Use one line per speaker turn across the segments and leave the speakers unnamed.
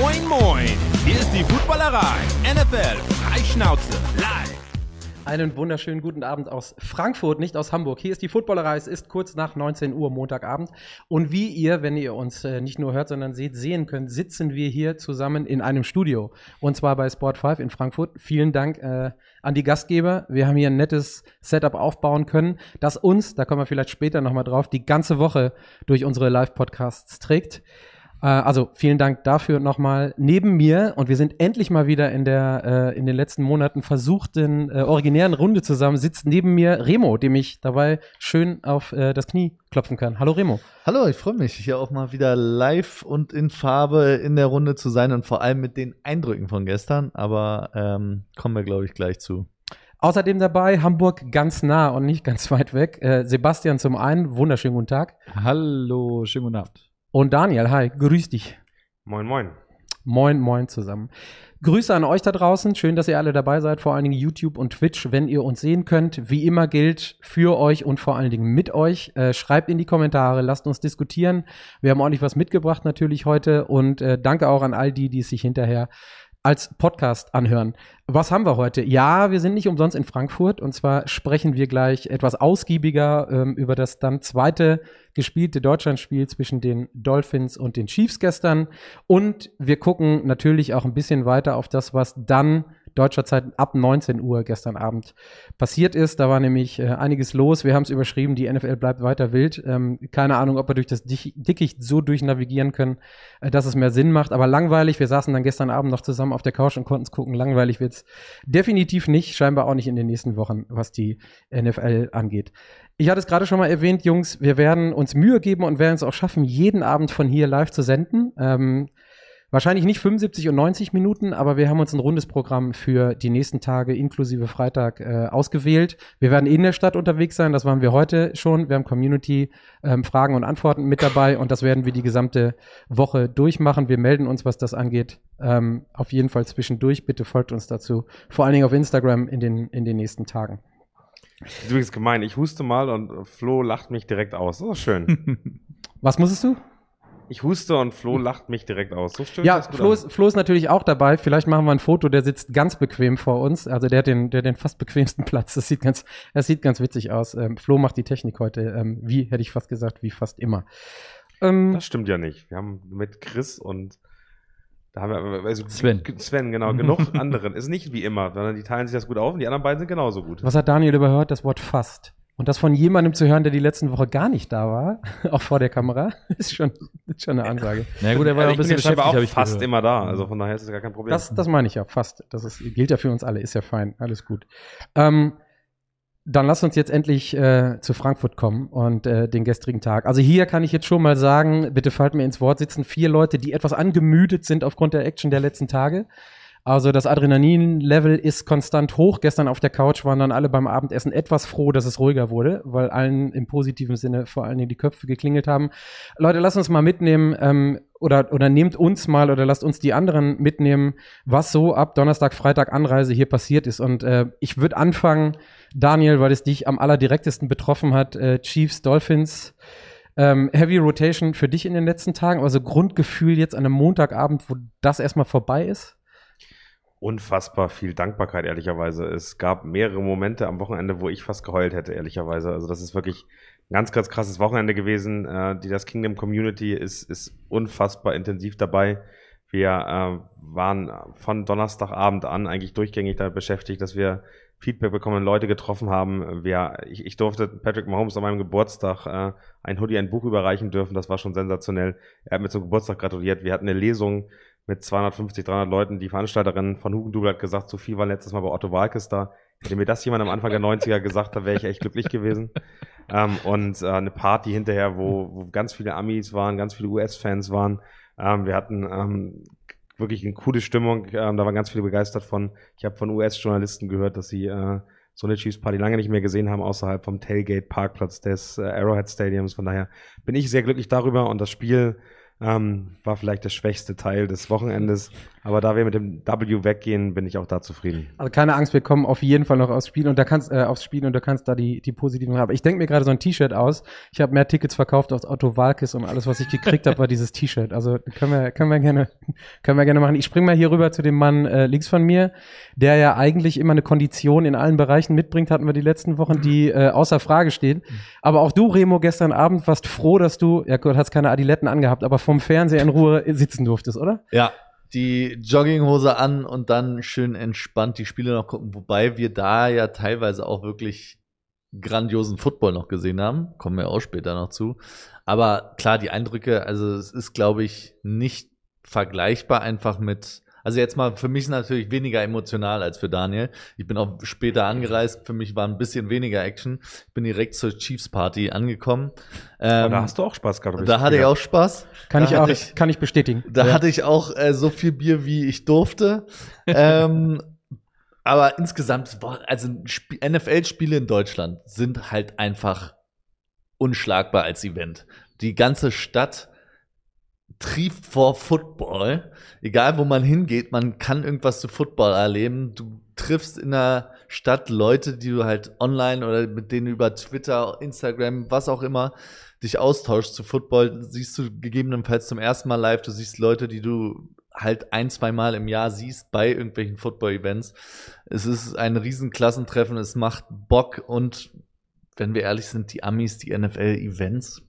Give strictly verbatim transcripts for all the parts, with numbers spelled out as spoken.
Moin Moin, hier ist die Footballerei, N F L Freischnauze live.
Einen wunderschönen guten Abend aus Frankfurt, nicht aus Hamburg. Hier ist die Footballerei, es ist kurz nach neunzehn Uhr Montagabend. Und wie ihr, wenn ihr uns äh, nicht nur hört, sondern seht, sehen könnt, sitzen wir hier zusammen in einem Studio. Und zwar bei Sport fünf in Frankfurt. Vielen Dank äh, an die Gastgeber. Wir haben hier ein nettes Setup aufbauen können, das uns, da kommen wir vielleicht später nochmal drauf, die ganze Woche durch unsere Live-Podcasts trägt. Also vielen Dank dafür nochmal. Neben mir, und wir sind endlich mal wieder in der äh, in den letzten Monaten versuchten äh, originären Runde zusammen, sitzt neben mir Remo, dem ich dabei schön auf äh, das Knie klopfen kann. Hallo Remo.
Hallo, ich freue mich, hier auch mal wieder live und in Farbe in der Runde zu sein und vor allem mit den Eindrücken von gestern, aber ähm, kommen wir, glaube ich, gleich zu.
Außerdem dabei Hamburg ganz nah und nicht ganz weit weg. Äh, Sebastian zum einen, wunderschönen guten Tag.
Hallo, schönen guten Abend.
Und Daniel, hi, grüß dich.
Moin, moin.
Moin, moin zusammen. Grüße an euch da draußen. Schön, dass ihr alle dabei seid, vor allen Dingen YouTube und Twitch, wenn ihr uns sehen könnt. Wie immer gilt für euch und vor allen Dingen mit euch. Äh, schreibt in die Kommentare, lasst uns diskutieren. Wir haben ordentlich was mitgebracht natürlich heute und äh, danke auch an all die, die es sich hinterher als Podcast anhören. Was haben wir heute? Ja, wir sind nicht umsonst in Frankfurt und zwar sprechen wir gleich etwas ausgiebiger ähm, über das dann zweite gespielte Deutschlandspiel zwischen den Dolphins und den Chiefs gestern und wir gucken natürlich auch ein bisschen weiter auf das, was dann deutscher Zeit ab neunzehn Uhr gestern Abend passiert ist. Da war nämlich äh, einiges los. Wir haben es überschrieben, die N F L bleibt weiter wild. Ähm, keine Ahnung, ob wir durch das Dich- Dickicht so durchnavigieren können, äh, dass es mehr Sinn macht. Aber langweilig, wir saßen dann gestern Abend noch zusammen auf der Couch und konnten es gucken. Langweilig wird's definitiv nicht, scheinbar auch nicht in den nächsten Wochen, was die N F L angeht. Ich hatte es gerade schon mal erwähnt, Jungs, wir werden uns Mühe geben und werden es auch schaffen, jeden Abend von hier live zu senden. Ähm, Wahrscheinlich nicht fünfundsiebzig und neunzig Minuten, aber wir haben uns ein rundes Programm für die nächsten Tage inklusive Freitag äh, ausgewählt. Wir werden in der Stadt unterwegs sein, das waren wir heute schon. Wir haben Community-Fragen ähm, und Antworten mit dabei und das werden wir die gesamte Woche durchmachen. Wir melden uns, was das angeht, ähm, auf jeden Fall zwischendurch. Bitte folgt uns dazu, vor allen Dingen auf Instagram in den, in den nächsten Tagen.
Das ist übrigens gemein. Ich huste mal und Flo lacht mich direkt aus. Das ist schön.
Was musstest du?
Ich huste und Flo lacht mich direkt aus. So stimmt
ja,
das gut
Flo ist, Flo ist natürlich auch dabei. Vielleicht machen wir ein Foto, der sitzt ganz bequem vor uns. Also der hat den, der hat den fast bequemsten Platz. Das sieht ganz, das sieht ganz witzig aus. Ähm, Flo macht die Technik heute, ähm, wie, hätte ich fast gesagt, wie fast immer. Ähm,
Das stimmt ja nicht. Wir haben mit Chris und da haben wir, also
Sven.
Sven, genau, genug anderen. Ist nicht wie immer, sondern die teilen sich das gut auf und die anderen beiden sind genauso gut.
Was hat Daniel überhört? Das Wort fast. Und das von jemandem zu hören, der die letzten Woche gar nicht da war, auch vor der Kamera, ist schon, ist schon eine Ansage.
Na gut, er war ja
Also
auch ein
ich bin
bisschen
ja scheinbar
beschäftigt,
auch
habe ich
fast
gehört.
immer da. Also von daher ist das gar kein Problem.
Das, das meine ich ja, fast. Das ist, gilt ja für uns alle, ist ja fein, alles gut. Ähm, dann lass uns jetzt endlich äh, zu Frankfurt kommen und äh, den gestrigen Tag. Also hier kann ich jetzt schon mal sagen, bitte fallt mir ins Wort, sitzen vier Leute, die etwas angemüdet sind aufgrund der Action der letzten Tage. Also das Adrenalin-Level ist konstant hoch. Gestern auf der Couch waren dann alle beim Abendessen etwas froh, dass es ruhiger wurde, weil allen im positiven Sinne vor allen Dingen die Köpfe geklingelt haben. Leute, lasst uns mal mitnehmen ähm, oder, oder nehmt uns mal oder lasst uns die anderen mitnehmen, was so ab Donnerstag, Freitag Anreise hier passiert ist. Und äh, ich würde anfangen, Daniel, weil es dich am allerdirektesten betroffen hat, äh, Chiefs, Dolphins. Ähm, Heavy Rotation für dich in den letzten Tagen, also Grundgefühl jetzt an einem Montagabend, wo das erstmal vorbei ist?
Unfassbar viel Dankbarkeit, ehrlicherweise. Es gab mehrere Momente am Wochenende, wo ich fast geheult hätte, ehrlicherweise. Also das ist wirklich ein ganz, ganz krasses Wochenende gewesen. Äh, die das Kingdom Community ist, ist unfassbar intensiv dabei. Wir äh, waren von Donnerstagabend an eigentlich durchgängig damit beschäftigt, dass wir Feedback bekommen, Leute getroffen haben. Wir, ich, ich durfte Patrick Mahomes an meinem Geburtstag äh, ein Hoodie, ein Buch überreichen dürfen. Das war schon sensationell. Er hat mir zum Geburtstag gratuliert. Wir hatten eine Lesung mit zweihundertfünfzig, dreihundert Leuten. Die Veranstalterin von Hugendubel hat gesagt, Sophie war letztes Mal bei Otto Walkes da. Hätte mir das jemand am Anfang der neunziger gesagt, da wäre ich echt glücklich gewesen. Ähm, und äh, eine Party hinterher, wo, wo ganz viele Amis waren, ganz viele U S-Fans waren. Ähm, wir hatten ähm, wirklich eine coole Stimmung. Ähm, da waren ganz viele begeistert von. Ich habe von U S-Journalisten gehört, dass sie äh, so eine Chiefs-Party lange nicht mehr gesehen haben, außerhalb vom Tailgate-Parkplatz des äh, Arrowhead Stadiums. Von daher bin ich sehr glücklich darüber. Und das Spiel Ähm, war vielleicht der schwächste Teil des Wochenendes. Aber da wir mit dem W weggehen, bin ich auch da zufrieden.
Also keine Angst, wir kommen auf jeden Fall noch aufs Spiel und da kannst äh, aufs Spiel und du kannst da die die positiven haben. Ich denke mir gerade so ein T-Shirt aus. Ich habe mehr Tickets verkauft als Otto Walkes und alles, was ich gekriegt habe, war dieses T-Shirt. Also können wir können wir gerne können wir gerne machen. Ich springe mal hier rüber zu dem Mann äh, links von mir, der ja eigentlich immer eine Kondition in allen Bereichen mitbringt, hatten wir die letzten Wochen, die äh, außer Frage steht. Aber auch du, Remo, gestern Abend warst froh, dass du, ja Gott, hast keine Adiletten angehabt, aber vom Fernseher in Ruhe sitzen durftest, oder?
Ja. Die Jogginghose an und dann schön entspannt die Spiele noch gucken, wobei wir da ja teilweise auch wirklich grandiosen Football noch gesehen haben, kommen wir auch später noch zu. Aber klar, die Eindrücke, also es ist, glaube ich, nicht vergleichbar einfach mit, also jetzt mal, für mich ist natürlich weniger emotional als für Daniel. Ich bin auch später angereist, für mich war ein bisschen weniger Action. Ich bin direkt zur Chiefs Party angekommen. Ähm,
Aber da hast du auch Spaß gehabt.
Da hatte ich auch Spaß.
Kann
da
ich auch,
ich,
kann ich bestätigen.
Da
ja.
hatte ich auch äh, so viel Bier, wie ich durfte. ähm, aber insgesamt, boah, also N F L-Spiele in Deutschland sind halt einfach unschlagbar als Event. Die ganze Stadt trieft vor Football. Egal, wo man hingeht, man kann irgendwas zu Football erleben. Du triffst in der Stadt Leute, die du halt online oder mit denen über Twitter, Instagram, was auch immer, dich austauschst zu Football. Siehst du gegebenenfalls zum ersten Mal live. Du siehst Leute, die du halt ein, zwei Mal im Jahr siehst bei irgendwelchen Football-Events. Es ist ein Riesenklassentreffen. Es macht Bock und wenn wir ehrlich sind, die Amis, die N F L-Events,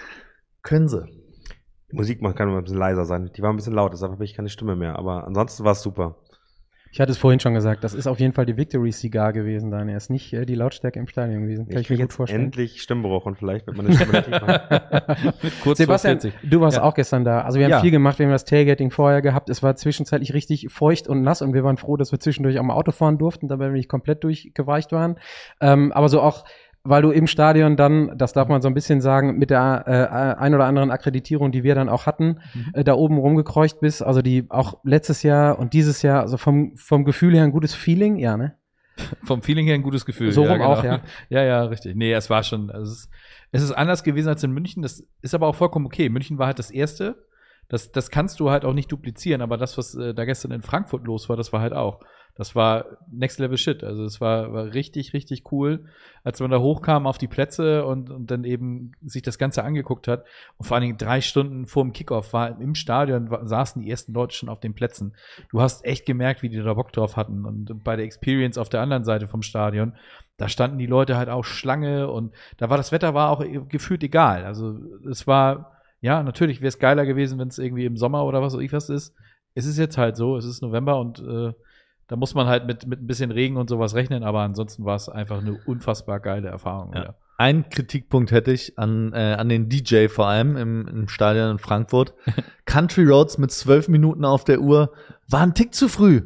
können sie.
Musik man kann immer ein bisschen leiser sein. Die war ein bisschen laut, deshalb habe ich keine Stimme mehr. Aber ansonsten war es super.
Ich hatte es vorhin schon gesagt, das ist auf jeden Fall die Victory Cigar gewesen, Daniel. Ist nicht äh, die Lautstärke im Stadion gewesen. Kann ich, ich mir gut vorstellen.
Endlich Stimmbruch und vielleicht wird meine Stimme tiefer.
Kurz
Sebastian, du warst
ja.
auch gestern da. Also wir haben
ja.
viel gemacht, wir haben das Tailgating vorher gehabt. Es war zwischenzeitlich richtig feucht und nass und wir waren froh, dass wir zwischendurch auch mal Auto fahren durften, dabei wir nicht komplett durchgeweicht waren. Ähm, aber so auch weil du im Stadion dann, das darf man so ein bisschen sagen, mit der äh, ein oder anderen Akkreditierung, die wir dann auch hatten, mhm. äh, da oben rumgekreucht bist, also die auch letztes Jahr und dieses Jahr, also vom vom Gefühl her ein gutes Feeling, ja, ne?
Vom Feeling her ein gutes Gefühl.
So rum
ja, genau.
auch, ja.
Ja, ja, richtig. Nee, es war schon, also es ist, es ist anders gewesen als in München, das ist aber auch vollkommen okay. München war halt das erste, das, das kannst du halt auch nicht duplizieren, aber das, was äh, da gestern in Frankfurt los war, das war halt auch. Das war Next Level Shit. Also es war, war richtig, richtig cool, als man da hochkam auf die Plätze und, und dann eben sich das Ganze angeguckt hat. Und vor allen Dingen drei Stunden vor dem Kickoff war im Stadion, war, saßen die ersten Leute schon auf den Plätzen. Du hast echt gemerkt, wie die da Bock drauf hatten. Und bei der Experience auf der anderen Seite vom Stadion, da standen die Leute halt auch Schlange und da war das Wetter war auch gefühlt egal. Also es war, ja, natürlich wäre es geiler gewesen, wenn es irgendwie im Sommer oder was auch ich was ist. Es ist jetzt halt so, es ist November und äh, da muss man halt mit, mit ein bisschen Regen und sowas rechnen, aber ansonsten war es einfach eine unfassbar geile Erfahrung.
Ja.
Wieder.
Ein Kritikpunkt hätte ich an, äh, an den D J vor allem im, im Stadion in Frankfurt. Country Roads mit zwölf Minuten auf der Uhr war ein Tick zu früh.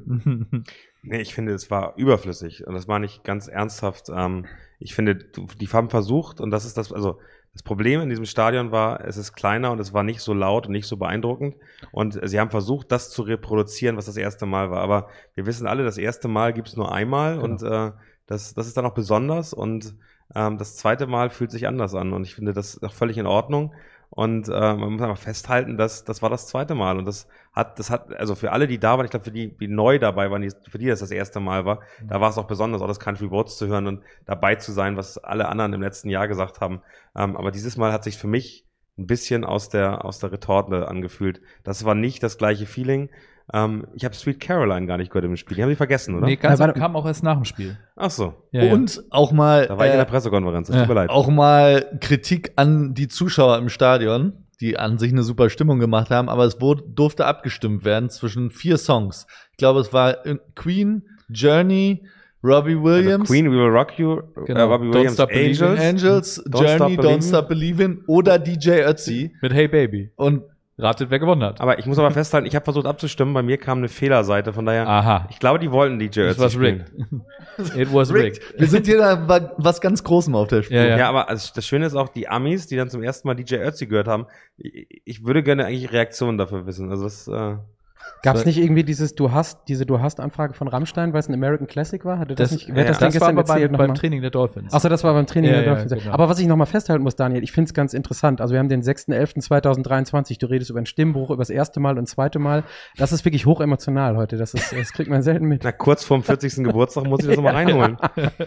Nee, ich finde, es war überflüssig und das war nicht ganz ernsthaft. Ähm, ich finde, die haben versucht und das ist das, also das Problem in diesem Stadion war, es ist kleiner und es war nicht so laut und nicht so beeindruckend. Und sie haben versucht, das zu reproduzieren, was das erste Mal war. Aber wir wissen alle, das erste Mal gibt es nur einmal genau. und äh, das, das ist dann auch besonders. Und ähm, das zweite Mal fühlt sich anders an. Und ich finde das auch völlig in Ordnung. Und äh, man muss einfach festhalten, dass das war das zweite Mal. Und das hat, das hat, also für alle, die da waren, ich glaube, für die, die neu dabei waren, die, für die das das erste Mal war, mhm. da war es auch besonders, auch das Country Roads zu hören und dabei zu sein, was alle anderen im letzten Jahr gesagt haben. Ähm, aber dieses Mal hat sich für mich ein bisschen aus der, aus der Retorte angefühlt. Das war nicht das gleiche Feeling. Ähm, ich habe Sweet Caroline gar nicht gehört im Spiel. Die haben die vergessen, oder?
Nee, ganz
ja,
kam auch erst nach dem Spiel.
Ach so.
Ja,
und
ja.
auch mal
Da war ich
äh,
in der Pressekonferenz, das tut mir leid.
auch mal Kritik an die Zuschauer im Stadion, die an sich eine super Stimmung gemacht haben, aber es wurde, durfte abgestimmt werden zwischen vier Songs. Ich glaube, es war Queen, Journey, Robbie Williams,
Also Queen, We Will Rock You,
Genau.
äh, Robbie
Don't
Williams,
Stop Believing.
Angels.
Angels,
Don't
Journey,
Stop
Don't
Believing.
Stop Believing oder D J Ötzi.
Mit Hey Baby.
Und
Ratet, wer gewonnen hat.
Aber ich muss aber festhalten, ich habe versucht abzustimmen, bei mir kam eine Fehlerseite, von daher,
Aha.
ich glaube, die wollten D J
It
Ötzi
was
spielen.
rigged. It was rigged.
wir sind hier da wa- was ganz Großem auf der Spur.
Ja,
Ja,
ja.
aber also das Schöne ist auch, die Amis, die dann zum ersten Mal D J Ötzi gehört haben, ich, ich würde gerne eigentlich Reaktionen dafür wissen. Also das, äh,
Gab es nicht irgendwie dieses Du hast, diese Du hast Anfrage von Rammstein, weil es ein American Classic war? Hatte das,
Das,
nicht, wer hat
ja,
das, Ding
das war
gestern
aber beim,
erzählt
beim
nochmal?
Training der Dolphins.
Achso, das war beim Training
Ja,
der
ja,
Dolphins.
genau.
Aber was ich nochmal festhalten muss, Daniel, ich finde es ganz interessant. Also wir haben den sechster elfter zweitausenddreiundzwanzig. Du redest über einen Stimmbruch, über das erste Mal und zweite Mal. Das ist wirklich hochemotional heute. Das, ist, das kriegt man selten mit.
Na, kurz vorm vierzigsten Geburtstag muss ich das nochmal reinholen.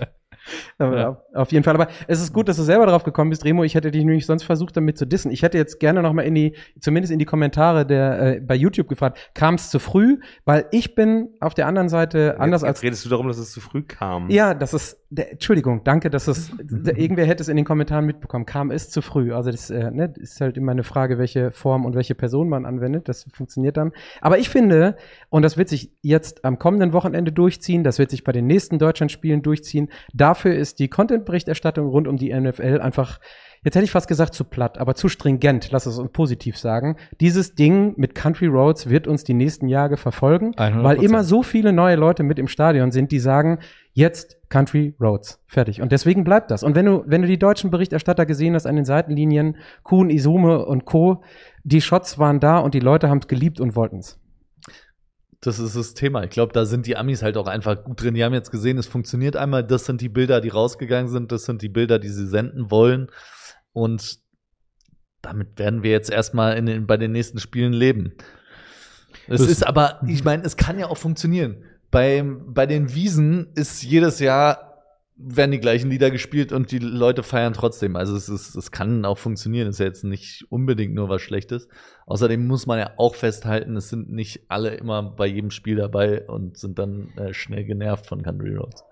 Aber
Ja.
auf jeden Fall. Aber es ist gut, dass du selber drauf gekommen bist, Remo. Ich hätte dich nämlich sonst versucht, damit zu dissen. Ich hätte jetzt gerne noch mal in die, zumindest in die Kommentare der äh, bei YouTube gefragt, kam es zu früh? Weil ich bin auf der anderen Seite anders
jetzt,
als
jetzt redest du darum, dass es zu früh kam.
ja, das ist, der, Entschuldigung, danke, dass es, der, irgendwer hätte es in den Kommentaren mitbekommen, kam es zu früh. Also das äh, ne, ist halt immer eine Frage, welche Form und welche Person man anwendet, das funktioniert dann. Aber ich finde, und das wird sich jetzt am kommenden Wochenende durchziehen, das wird sich bei den nächsten Deutschlandspielen durchziehen, dafür ist die Content-Berichterstattung rund um die N F L einfach, jetzt hätte ich fast gesagt zu platt, aber zu stringent, lass es uns positiv sagen. Dieses Ding mit Country Roads wird uns die nächsten Jahre verfolgen,
hundert Prozent.
weil immer so viele neue Leute mit im Stadion sind, die sagen, jetzt Country Roads, fertig. Und deswegen bleibt das. Und wenn du, wenn du die deutschen Berichterstatter gesehen hast an den Seitenlinien, Kuhn, Izume und Co., die Shots waren da und die Leute haben es geliebt und wollten es.
Das ist das Thema. Ich glaube, da sind die Amis halt auch einfach gut drin. Die haben jetzt gesehen, es funktioniert einmal. Das sind die Bilder, die rausgegangen sind. Das sind die Bilder, die sie senden wollen. Und damit werden wir jetzt erstmal in den, bei den nächsten Spielen leben. Es
Das-
ist aber, ich meine, es kann ja auch funktionieren. Bei, bei den Wiesen ist jedes Jahr werden die gleichen Lieder gespielt und die Leute feiern trotzdem. Also es ist, es kann auch funktionieren. Es ist ja jetzt nicht unbedingt nur was Schlechtes. Außerdem muss man ja auch festhalten, es sind nicht alle immer bei jedem Spiel dabei und sind dann äh, schnell genervt von Country Roads.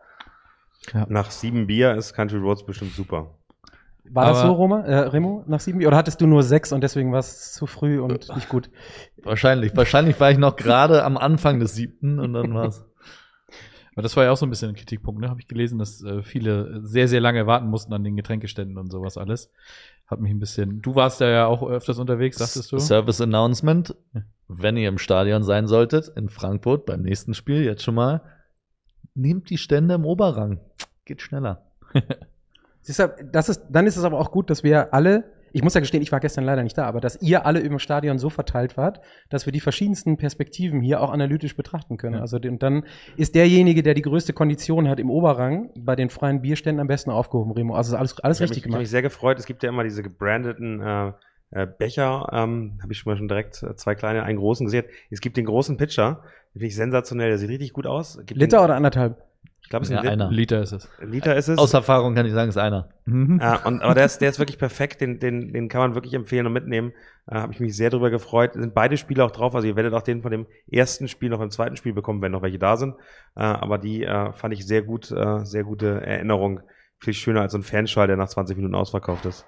Nach sieben Bier ist Country Roads bestimmt super.
War das
Aber-
so, Roma, äh, Remo, nach sieben? Oder hattest du nur sechs und deswegen war es zu früh und nicht gut?
Wahrscheinlich. Wahrscheinlich war ich noch gerade am Anfang des siebten und dann war's.
Aber das war ja auch so ein bisschen ein Kritikpunkt, ne? Habe ich gelesen, dass äh, viele sehr, sehr lange warten mussten an den Getränkeständen und sowas alles. Hat mich ein bisschen. Du warst da ja auch öfters unterwegs, sagtest du?
Service Announcement. Wenn ihr im Stadion sein solltet, in Frankfurt, beim nächsten Spiel, jetzt schon mal, nehmt die Stände im Oberrang. Geht schneller.
Siehst du, das ist, dann ist es aber auch gut, dass wir alle, ich muss ja gestehen, ich war gestern leider nicht da, aber dass ihr alle im Stadion so verteilt wart, dass wir die verschiedensten Perspektiven hier auch analytisch betrachten können.
Ja.
Also, und dann ist derjenige, der die größte Kondition hat im Oberrang, bei den freien Bierständen am besten aufgehoben, Remo. Also alles, alles
Ich habe mich,
richtig
ich hab mich
gemacht.
sehr gefreut. Es gibt ja immer diese gebrandeten äh, äh, Becher. Ähm, habe ich schon mal schon direkt äh, zwei kleine, einen großen gesehen. Es gibt den großen Pitcher. Den finde ich sensationell. Der sieht richtig gut aus. Es gibt
Liter
den,
oder anderthalb?
Ich glaube, es ist
Ja,
ein Lit-
einer.
Liter ist es.
Liter ist es.
Aus Erfahrung kann ich sagen, ist einer.
Ja, und, aber der ist, der ist wirklich perfekt, den, den, den kann man wirklich empfehlen und mitnehmen. Äh, Habe ich mich sehr drüber gefreut. Sind beide Spiele auch drauf, also ihr werdet auch den von dem ersten Spiel noch im zweiten Spiel bekommen, wenn noch welche da sind. Äh, aber die äh, fand ich sehr gut, äh, sehr gute Erinnerung. Viel schöner als so ein Fanschal, der nach zwanzig Minuten ausverkauft ist.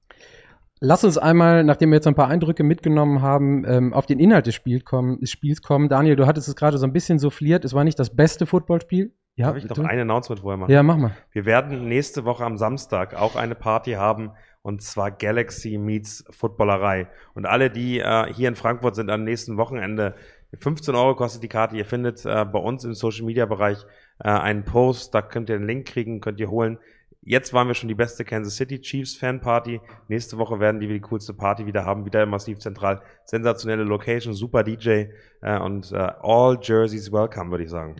Lass uns einmal, nachdem wir jetzt ein paar Eindrücke mitgenommen haben, ähm, auf den Inhalt des, Spiel kommen, des Spiels kommen. Daniel, du hattest es gerade so ein bisschen souffliert. Es war nicht das beste Footballspiel. Ja,
Darf ich noch
du?
ein Announcement vorher machen?
Ja, mach mal.
Wir werden nächste Woche am Samstag auch eine Party haben, und zwar Galaxy meets Footballerei. Und alle, die äh, hier in Frankfurt sind am nächsten Wochenende, fünfzehn Euro kostet die Karte. Ihr findet äh, bei uns im Social-Media-Bereich äh, einen Post, da könnt ihr den Link kriegen, könnt ihr holen. Jetzt waren wir schon die beste Kansas City Chiefs Fan-Party. Nächste Woche werden die die coolste Party wieder haben, wieder im Massiv Zentral. Sensationelle Location, super D J äh, und äh, all Jerseys welcome, würde ich sagen.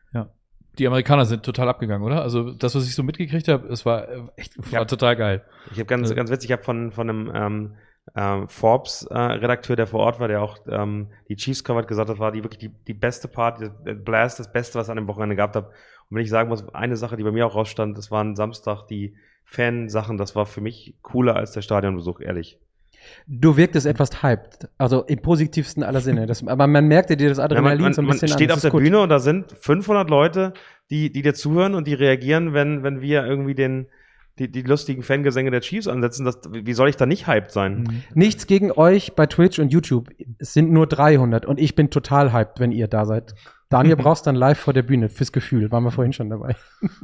Die Amerikaner sind total abgegangen, oder? Also das, was ich so mitgekriegt habe, es war äh, echt war
Ja.
total geil.
Ich habe ganz,
Ja.
ganz witzig, ich habe von, von einem ähm, ähm, Forbes-Redakteur, der vor Ort war, der auch ähm, die Chiefs covered, gesagt hat, war die wirklich die, die beste Party, der Blast, das Beste, was ich an dem Wochenende gehabt habe. Und wenn ich sagen muss, eine Sache, die bei mir auch rausstand, das waren Samstag die Fansachen, das war für mich cooler als der Stadionbesuch, ehrlich.
Du wirktest etwas hyped, also im positivsten aller Sinne. Das, aber man merkte dir das
Ja,
Adrenalin
man man,
so ein
man
bisschen
steht
an. Das
auf
ist
der
gut.
Bühne und da sind fünfhundert Leute, die, die dir zuhören und die reagieren, wenn, wenn wir irgendwie den, die, die lustigen Fangesänge der Chiefs ansetzen. Das, wie soll ich da nicht hyped sein?
Nichts gegen euch bei Twitch und YouTube. Es sind nur dreihundert und ich bin total hyped, wenn ihr da seid. Daniel brauchst dann live vor der Bühne fürs Gefühl. Waren wir vorhin schon dabei.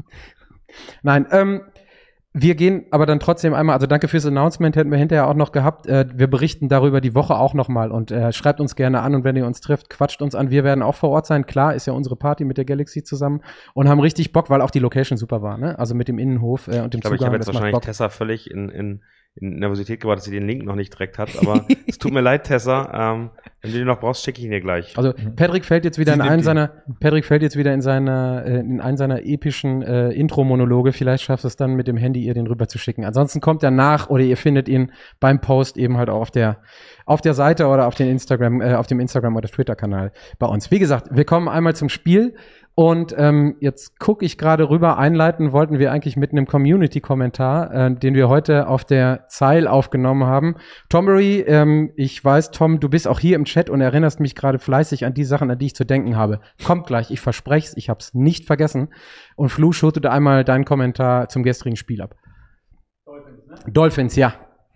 Nein, ähm, wir gehen aber dann trotzdem einmal, also danke fürs Announcement, hätten wir hinterher auch noch gehabt. Äh, wir berichten darüber die Woche auch noch mal und äh, schreibt uns gerne an und wenn ihr uns trifft, quatscht uns an. Wir werden auch vor Ort sein. Klar, ist ja unsere Party mit der Galaxy zusammen und haben richtig Bock, weil auch die Location super war, ne? Also mit dem Innenhof äh, und dem
Ich glaube, ich
Zugang.
habe jetzt
das macht
wahrscheinlich
Bock.
Tessa völlig in, in, in Nervosität gebracht, dass sie den Link noch nicht direkt hat. Aber es tut mir leid, Tessa. Ähm, Wenn du den noch brauchst, schicke ich ihn dir gleich.
Also Patrick fällt jetzt wieder
Sie
in
nimmt
einen
ihn.
seiner, Patrick fällt jetzt wieder in seiner, äh, in einen seiner epischen äh, Intro-Monologe. Vielleicht schaffst du es dann mit dem Handy, ihr den rüber zu schicken. Ansonsten kommt er nach oder ihr findet ihn beim Post eben halt auch auf der, auf der Seite oder auf den Instagram, äh, auf dem Instagram oder Twitter-Kanal bei uns. Wie gesagt, wir kommen einmal zum Spiel. Und ähm, jetzt gucke ich gerade rüber, einleiten wollten wir eigentlich mit einem Community-Kommentar, äh, den wir heute auf der Zeil aufgenommen haben. Tomery, ähm, ich weiß, Tom, du bist auch hier im Chat und erinnerst mich gerade fleißig an die Sachen, an die ich zu denken habe. Kommt gleich, ich verspreche es, ich habe es nicht vergessen. Und Flu, schütte da einmal deinen Kommentar zum gestrigen Spiel ab. Dolphins, ne? Dolphins, ja.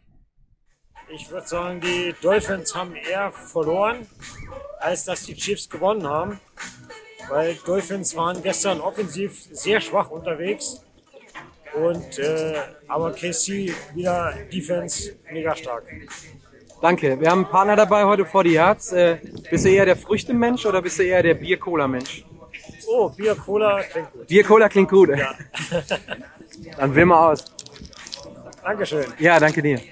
Ich würde sagen, die Dolphins haben eher verloren, als dass die Chiefs gewonnen haben. Weil Dolphins waren gestern offensiv sehr schwach unterwegs. Und äh, aber K C wieder Defense mega stark.
Danke. Wir haben einen Partner dabei heute vor die Yards. Äh, bist du eher der Früchte-Mensch oder bist du eher der Bier-Cola-Mensch?
Oh, Bier, Cola klingt gut.
Bier-Cola klingt gut.
Ja.
Dann wähl mal aus.
Dankeschön.
Ja, danke dir.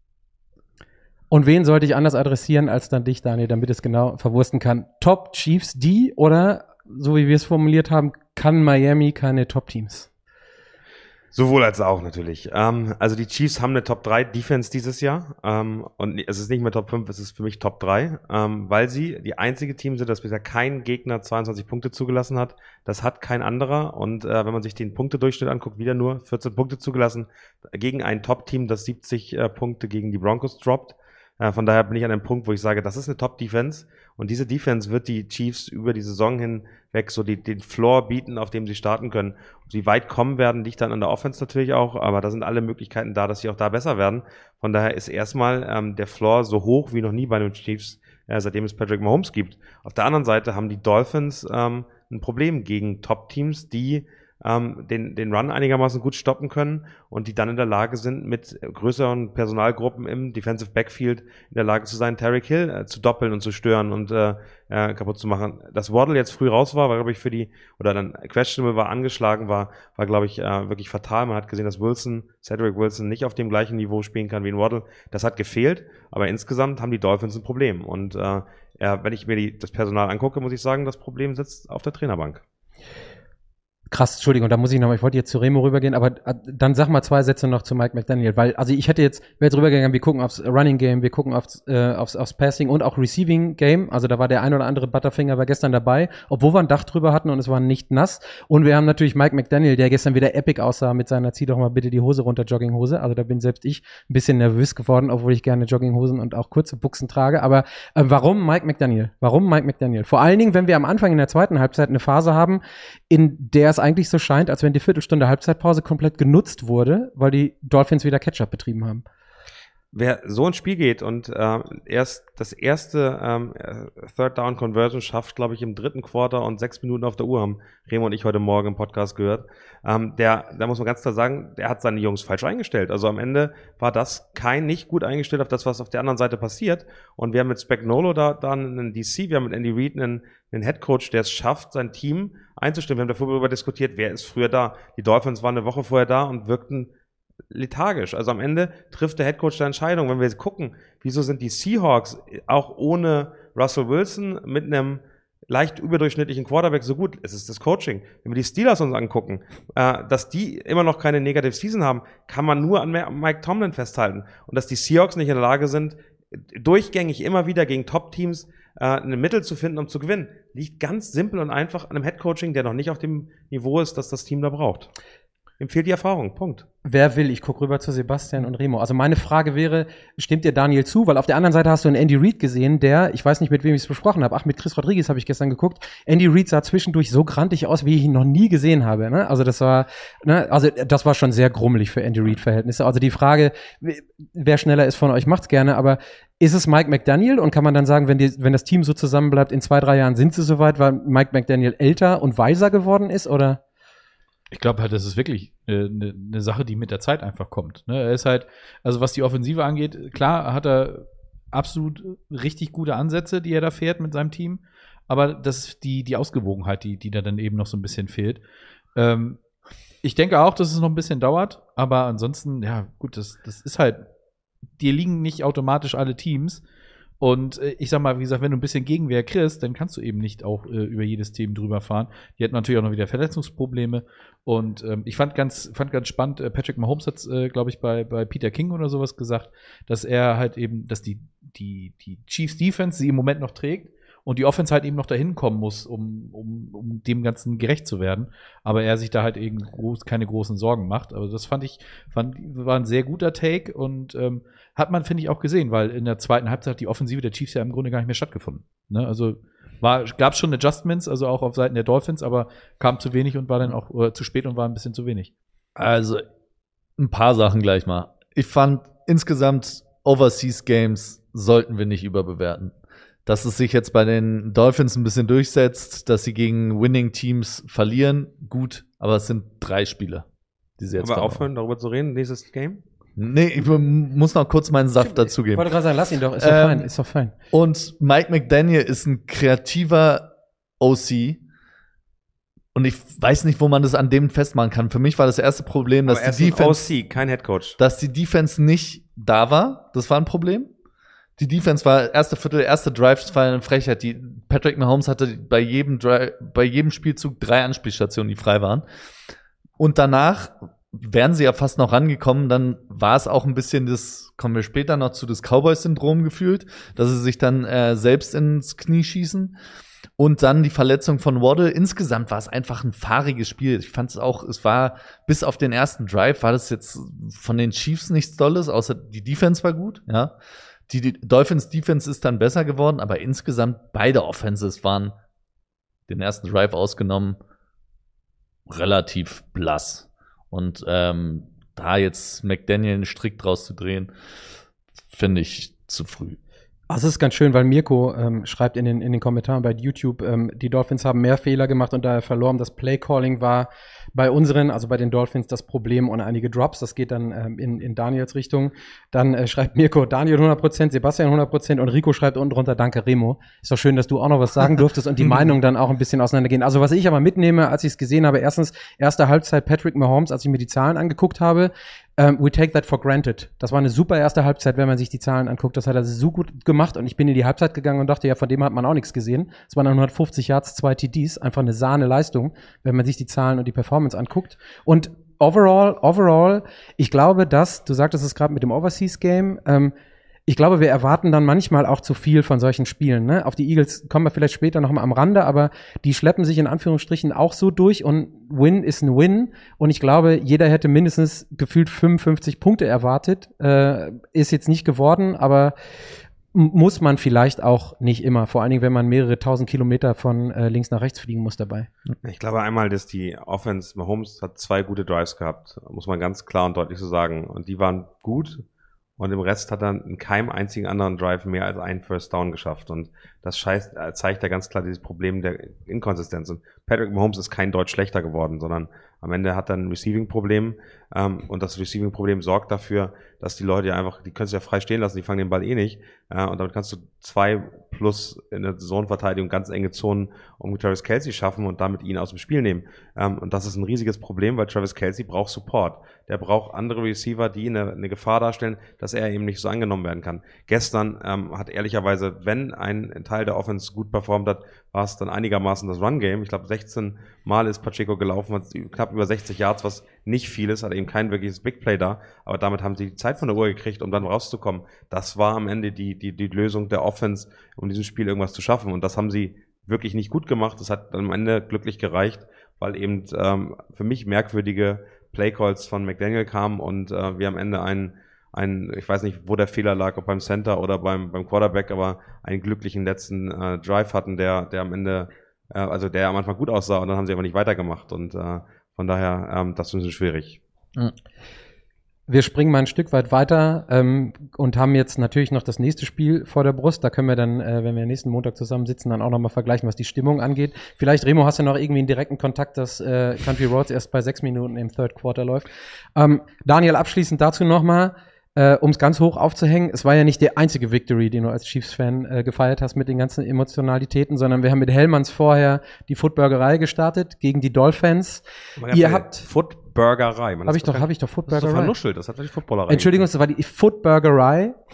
Und wen sollte ich anders adressieren als dann dich, Daniel, damit es genau verwursten kann? Top Chiefs die oder, so wie wir es formuliert haben, kann Miami keine Top-Teams?
Sowohl als auch natürlich. Ähm, also die Chiefs haben eine Top drei Defense dieses Jahr. Ähm, und es ist nicht mehr Top fünf, es ist für mich Top drei, ähm, weil sie die einzige Team sind, das bisher kein Gegner zweiundzwanzig Punkte zugelassen hat. Das hat kein anderer. Und äh, wenn man sich den Punktedurchschnitt anguckt, wieder nur vierzehn Punkte zugelassen gegen ein Top-Team, das siebzig äh, Punkte gegen die Broncos droppt. Äh, von daher bin ich an einem Punkt, wo ich sage, das ist eine Top-Defense. Und diese Defense wird die Chiefs über die Saison hinweg so die, den Floor bieten, auf dem sie starten können. Ob sie weit kommen werden, liegt dann an der Offense natürlich auch, aber da sind alle Möglichkeiten da, dass sie auch da besser werden. Von daher ist erstmal ähm, der Floor so hoch wie noch nie bei den Chiefs, äh, seitdem es Patrick Mahomes gibt. Auf der anderen Seite haben die Dolphins ähm, ein Problem gegen Top-Teams, die ähm, den, den Run einigermaßen gut stoppen können und die dann in der Lage sind, mit größeren Personalgruppen im Defensive Backfield in der Lage zu sein, Tyreek Hill äh, zu doppeln und zu stören und äh, äh, kaputt zu machen. Dass Waddle jetzt früh raus war, war, glaube ich, für die, oder dann questionable war, angeschlagen war, war, glaube ich, äh, wirklich fatal. Man hat gesehen, dass Wilson, Cedric Wilson nicht auf dem gleichen Niveau spielen kann wie ein Waddle. Das hat gefehlt, aber insgesamt haben die Dolphins ein Problem. Und äh, ja, wenn ich mir die, das Personal angucke, muss ich sagen, das Problem sitzt auf der Trainerbank.
Krass, Entschuldigung, da muss ich nochmal, ich wollte jetzt zu Remo rübergehen, aber dann sag mal zwei Sätze noch zu Mike McDaniel, weil, also ich hätte jetzt, wäre jetzt rübergegangen, wir gucken aufs Running Game, wir gucken aufs, äh, aufs, aufs Passing und auch Receiving Game, also da war der ein oder andere Butterfinger war gestern dabei, obwohl wir ein Dach drüber hatten und es war nicht nass und wir haben natürlich Mike McDaniel, der gestern wieder epic aussah mit seiner zieh doch mal bitte die Hose runter Jogginghose, also da bin selbst ich ein bisschen nervös geworden, obwohl ich gerne Jogginghosen und auch kurze Buchsen trage, aber äh, warum Mike McDaniel? Warum Mike McDaniel? Vor allen Dingen, wenn wir am Anfang in der zweiten Halbzeit eine Phase haben, in der es eigentlich so scheint, als wenn die Viertelstunde Halbzeitpause komplett genutzt wurde, weil die Dolphins wieder Catch-up betrieben haben.
Wer so ins Spiel geht und äh, erst das erste ähm, Third Down Conversion schafft, glaube ich, im dritten Quarter und sechs Minuten auf der Uhr, haben Remo und ich heute Morgen im Podcast gehört, ähm, der, da muss man ganz klar sagen, der hat seine Jungs falsch eingestellt. Also am Ende war das kein nicht gut eingestellt auf das, was auf der anderen Seite passiert. Und wir haben mit Spagnuolo da dann einen D C, wir haben mit Andy Reid einen, einen Head Coach, der es schafft, sein Team einzustimmen. Wir haben davor darüber diskutiert, wer ist früher da. Die Dolphins waren eine Woche vorher da und wirkten lethargisch. Also am Ende trifft der Headcoach der Entscheidung. Wenn wir jetzt gucken, wieso sind die Seahawks auch ohne Russell Wilson mit einem leicht überdurchschnittlichen Quarterback so gut? Es ist das Coaching. Wenn wir die Steelers uns angucken, äh, dass die immer noch keine Negative Season haben, kann man nur an Mike Tomlin festhalten. Und dass die Seahawks nicht in der Lage sind, durchgängig immer wieder gegen Top-Teams äh, ein Mittel zu finden, um zu gewinnen, liegt ganz simpel und einfach an einem Headcoaching, der noch nicht auf dem Niveau ist, das das Team da braucht. Ihm fehlt die Erfahrung, Punkt.
Wer will? Ich gucke rüber zu Sebastian und Remo. Also meine Frage wäre, stimmt dir Daniel zu? Weil auf der anderen Seite hast du einen Andy Reid gesehen, der, ich weiß nicht, mit wem ich es besprochen habe, ach, mit Chris Rodriguez habe ich gestern geguckt. Andy Reid sah zwischendurch so grantig aus, wie ich ihn noch nie gesehen habe. Ne? Also das war, ne? also das war schon sehr grummelig für Andy Reid-Verhältnisse. Also die Frage, wer schneller ist von euch, macht's gerne, aber ist es Mike McDaniel und kann man dann sagen, wenn, die, wenn das Team so zusammenbleibt, in zwei, drei Jahren sind sie soweit, weil Mike McDaniel älter und weiser geworden ist, oder?
Ich glaube halt, das ist wirklich eine äh, ne, ne Sache, die mit der Zeit einfach kommt. Ne? Er ist halt, also was die Offensive angeht, klar hat er absolut richtig gute Ansätze, die er da fährt mit seinem Team, aber das ist die, die Ausgewogenheit, die, die da dann eben noch so ein bisschen fehlt. Ähm, ich denke auch, dass es noch ein bisschen dauert, aber ansonsten, ja gut, das, das ist halt, dir liegen nicht automatisch alle Teams Und äh, ich sag mal, wie gesagt, wenn du ein bisschen Gegenwehr kriegst, dann kannst du eben nicht auch äh, über jedes Thema drüber fahren. Die hatten natürlich auch noch wieder Verletzungsprobleme. Und ähm, ich fand ganz, fand ganz spannend, äh, Patrick Mahomes hat, äh, glaube ich, bei, bei Peter King oder sowas gesagt, dass er halt eben, dass die, die, die Chiefs Defense sie im Moment noch trägt und die Offense halt eben noch dahin kommen muss, um, um, um dem Ganzen gerecht zu werden. Aber er sich da halt eben groß, keine großen Sorgen macht. Also das fand ich, fand, war ein sehr guter Take und ähm, hat man, finde ich, auch gesehen, weil in der zweiten Halbzeit hat die Offensive der Chiefs ja im Grunde gar nicht mehr stattgefunden. Ne? Also war, gab schon Adjustments, also auch auf Seiten der Dolphins, aber kam zu wenig und war dann auch oder zu spät und war ein bisschen zu wenig.
Also ein paar Sachen gleich mal. Ich fand insgesamt Overseas Games sollten wir nicht überbewerten. Dass es sich jetzt bei den Dolphins ein bisschen durchsetzt, dass sie gegen Winning-Teams verlieren, gut, aber es sind drei Spiele, die sie jetzt
Aber
verloren.
aufhören, darüber zu reden, nächstes Game?
Nee, ich muss noch kurz meinen Saft
Ich
dazugeben.
wollte gerade sagen, lass ihn doch, ist doch
Ähm,
fein, ist doch fein.
Und Mike McDaniel ist ein kreativer O C. Und ich weiß nicht, wo man das an dem festmachen kann. Für mich war das erste Problem, dass
Aber er ist
die
ein
Defense,
O C, kein Headcoach.
dass die Defense nicht da war. Das war ein Problem. Die Defense war erste Viertel, erste Drive, das war eine Frechheit. Die Patrick Mahomes hatte bei jedem Drive, bei jedem Spielzug drei Anspielstationen, die frei waren. Und danach wären sie ja fast noch rangekommen, dann war es auch ein bisschen das, kommen wir später noch zu, das Cowboys-Syndrom gefühlt, dass sie sich dann äh, selbst ins Knie schießen. Und dann die Verletzung von Waddle. Insgesamt war es einfach ein fahriges Spiel. Ich fand es auch, es war bis auf den ersten Drive, war das jetzt von den Chiefs nichts Tolles, außer die Defense war gut, ja. Die, die Dolphins Defense ist dann besser geworden, aber insgesamt beide Offenses waren, den ersten Drive ausgenommen, relativ blass. Und ähm, da jetzt McDaniel einen Strick draus zu drehen, finde ich zu früh.
Also es ist ganz schön, weil Mirko ähm, schreibt in den, in den Kommentaren bei YouTube, ähm, die Dolphins haben mehr Fehler gemacht und daher verloren. Das Playcalling war bei unseren, also bei den Dolphins, das Problem und einige Drops. Das geht dann ähm, in, in Daniels Richtung. Dann äh, schreibt Mirko, Daniel hundert Prozent, Sebastian hundert Prozent und Rico schreibt unten drunter, danke Remo. Ist doch schön, dass du auch noch was sagen durftest und die Meinungen dann auch ein bisschen auseinandergehen. Also was ich aber mitnehme, als ich es gesehen habe, erstens, erste Halbzeit Patrick Mahomes, als ich mir die Zahlen angeguckt habe, Um, we take that for granted. Das war eine super erste Halbzeit, wenn man sich die Zahlen anguckt. Das hat er so gut gemacht und ich bin in die Halbzeit gegangen und dachte, ja, von dem hat man auch nichts gesehen. Es waren dann hundertfünfzig Yards, zwei T Ds. Einfach eine Sahne-Leistung, wenn man sich die Zahlen und die Performance anguckt. Und overall, overall, ich glaube, dass, du sagtest es gerade mit dem Overseas-Game, ähm, ich glaube, wir erwarten dann manchmal auch zu viel von solchen Spielen. Ne? Auf die Eagles kommen wir vielleicht später noch mal am Rande, aber die schleppen sich in Anführungsstrichen auch so durch und Win ist ein Win. Und ich glaube, jeder hätte mindestens gefühlt fünfundfünfzig Punkte erwartet. Äh, ist jetzt nicht geworden, aber muss man vielleicht auch nicht immer. Vor allen Dingen, wenn man mehrere tausend Kilometer von äh, links nach rechts fliegen muss dabei.
Ich glaube einmal, dass die Offense, Mahomes hat zwei gute Drives gehabt, muss man ganz klar und deutlich so sagen. Und die waren gut. Und im Rest hat er in keinem einzigen anderen Drive mehr als einen First Down geschafft. Und das scheißt, zeigt ja ganz klar dieses Problem der Inkonsistenz. Und Patrick Mahomes ist kein Deut schlechter geworden, sondern am Ende hat er ein Receiving-Problem. Ähm, und das Receiving-Problem sorgt dafür, dass die Leute ja einfach, die können sich ja frei stehen lassen, die fangen den Ball eh nicht. Äh, und damit kannst du zwei plus in der Zonenverteidigung ganz enge Zonen um Travis Kelce schaffen und damit ihn aus dem Spiel nehmen. Ähm, und das ist ein riesiges Problem, weil Travis Kelce braucht Support. Der braucht andere Receiver, die eine, eine Gefahr darstellen, dass er eben nicht so angenommen werden kann. Gestern ähm, hat ehrlicherweise, wenn ein Teil der Offense gut performt hat, war es dann einigermaßen das Run-Game. Ich glaube, sechzehn Mal ist Pacheco gelaufen, hat knapp über sechzig Yards, was nicht viel ist, hat eben kein wirkliches Big Play da, aber damit haben sie die Zeit von der Uhr gekriegt, um dann rauszukommen. Das war am Ende die, die, die Lösung der Offense, um in diesem Spiel irgendwas zu schaffen, und das haben sie wirklich nicht gut gemacht. Das hat dann am Ende glücklich gereicht, weil eben ähm, für mich merkwürdige Playcalls von McDaniel kamen und äh, wir am Ende einen, einen, ich weiß nicht, wo der Fehler lag, ob beim Center oder beim, beim Quarterback, aber einen glücklichen letzten äh, Drive hatten, der, der am Ende, äh, also der am Anfang gut aussah, und dann haben sie aber nicht weitergemacht, und äh, von daher, ähm, das ist ein bisschen schwierig.
Wir springen mal ein Stück weit weiter ähm, und haben jetzt natürlich noch das nächste Spiel vor der Brust. Da können wir dann, äh, wenn wir nächsten Montag zusammensitzen, dann auch nochmal vergleichen, was die Stimmung angeht. Vielleicht, Remo, hast du noch irgendwie einen direkten Kontakt, dass äh, Country Roads erst bei sechs Minuten im Third Quarter läuft. Ähm, Daniel, abschließend dazu nochmal, äh, um es ganz hoch aufzuhängen. Es war ja nicht der einzige Victory, den du als Chiefs-Fan äh, gefeiert hast mit den ganzen Emotionalitäten, sondern wir haben mit Hellmanns vorher die Footburgerei gestartet gegen die Dolphins. Ihr habt
Footburgerei.
Habe ich doch, habe ich doch
Das ist
Footburgerei.
doch vernuschelt, das hat die Footballerei.
Entschuldigung, das war die Footburgerei.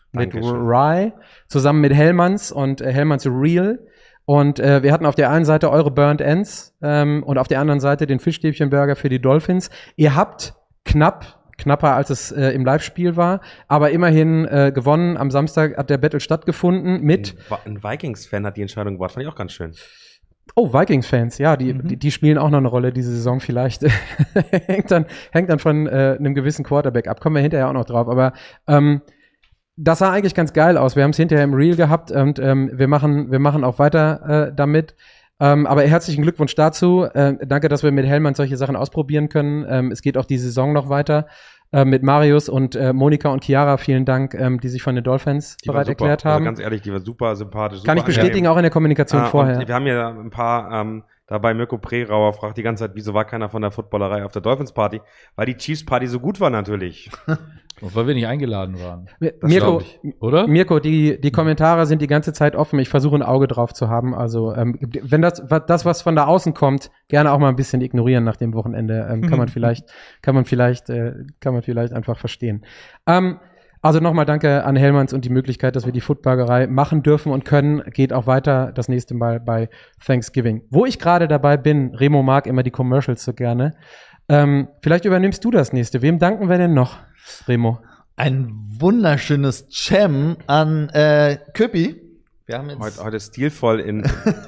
mit
Dankeschön.
Rye, zusammen mit Hellmanns und äh, Hellmanns Real. Und äh, wir hatten auf der einen Seite eure Burnt Ends ähm, und auf der anderen Seite den Fischstäbchenburger für die Dolphins. Ihr habt knapp, knapper als es äh, im Live-Spiel war, aber immerhin äh, gewonnen. Am Samstag hat der Battle stattgefunden mit
Ein Vikings-Fan hat die Entscheidung gebracht, fand ich auch ganz schön.
Oh, Vikings-Fans, ja, die,
Mhm.
die, die spielen auch noch eine Rolle diese Saison vielleicht. hängt dann, hängt dann von äh, einem gewissen Quarterback ab. Kommen wir hinterher auch noch drauf. Aber ähm, das sah eigentlich ganz geil aus. Wir haben es hinterher im Reel gehabt und ähm, wir machen, wir machen auch weiter äh, damit. Ähm, aber herzlichen Glückwunsch dazu. Äh, danke, dass wir mit Hellmann solche Sachen ausprobieren können. Ähm, es geht auch die Saison noch weiter. Äh, mit Marius und äh, Monika und Chiara, vielen Dank, ähm, die sich von den Dolphins
Die war
bereit
super.
erklärt haben.
Also ganz ehrlich, die war super sympathisch.
Kann ich
super
bestätigen,
angenehm.
auch in der Kommunikation
Ah,
vorher.
Und wir haben ja ein paar ähm, dabei. Mirko Prerauer fragt die ganze Zeit, wieso war keiner von der Footballerei auf der Dolphins Party? Weil die Chiefs Party so gut war natürlich.
Und weil wir nicht eingeladen waren.
Mir-
Das
Mirko,
glaub ich. Oder?
Mirko, die, die Kommentare sind die ganze Zeit offen. Ich versuche ein Auge drauf zu haben. Also, ähm, wenn das, wa- das, was von da außen kommt, gerne auch mal ein bisschen ignorieren nach dem Wochenende. Ähm, kann man vielleicht, kann man vielleicht, äh, kann man vielleicht einfach verstehen. Ähm, also nochmal danke an Hellmanns und die Möglichkeit, dass wir die Footballerei machen dürfen und können. Geht auch weiter das nächste Mal bei Thanksgiving. Wo ich gerade dabei bin, Remo mag immer die Commercials so gerne. Ähm, vielleicht übernimmst du das nächste. Wem danken wir denn noch, Remo?
Ein wunderschönes Cem an äh, Köpi. Wir haben jetzt
Heute, heute stilvoll in,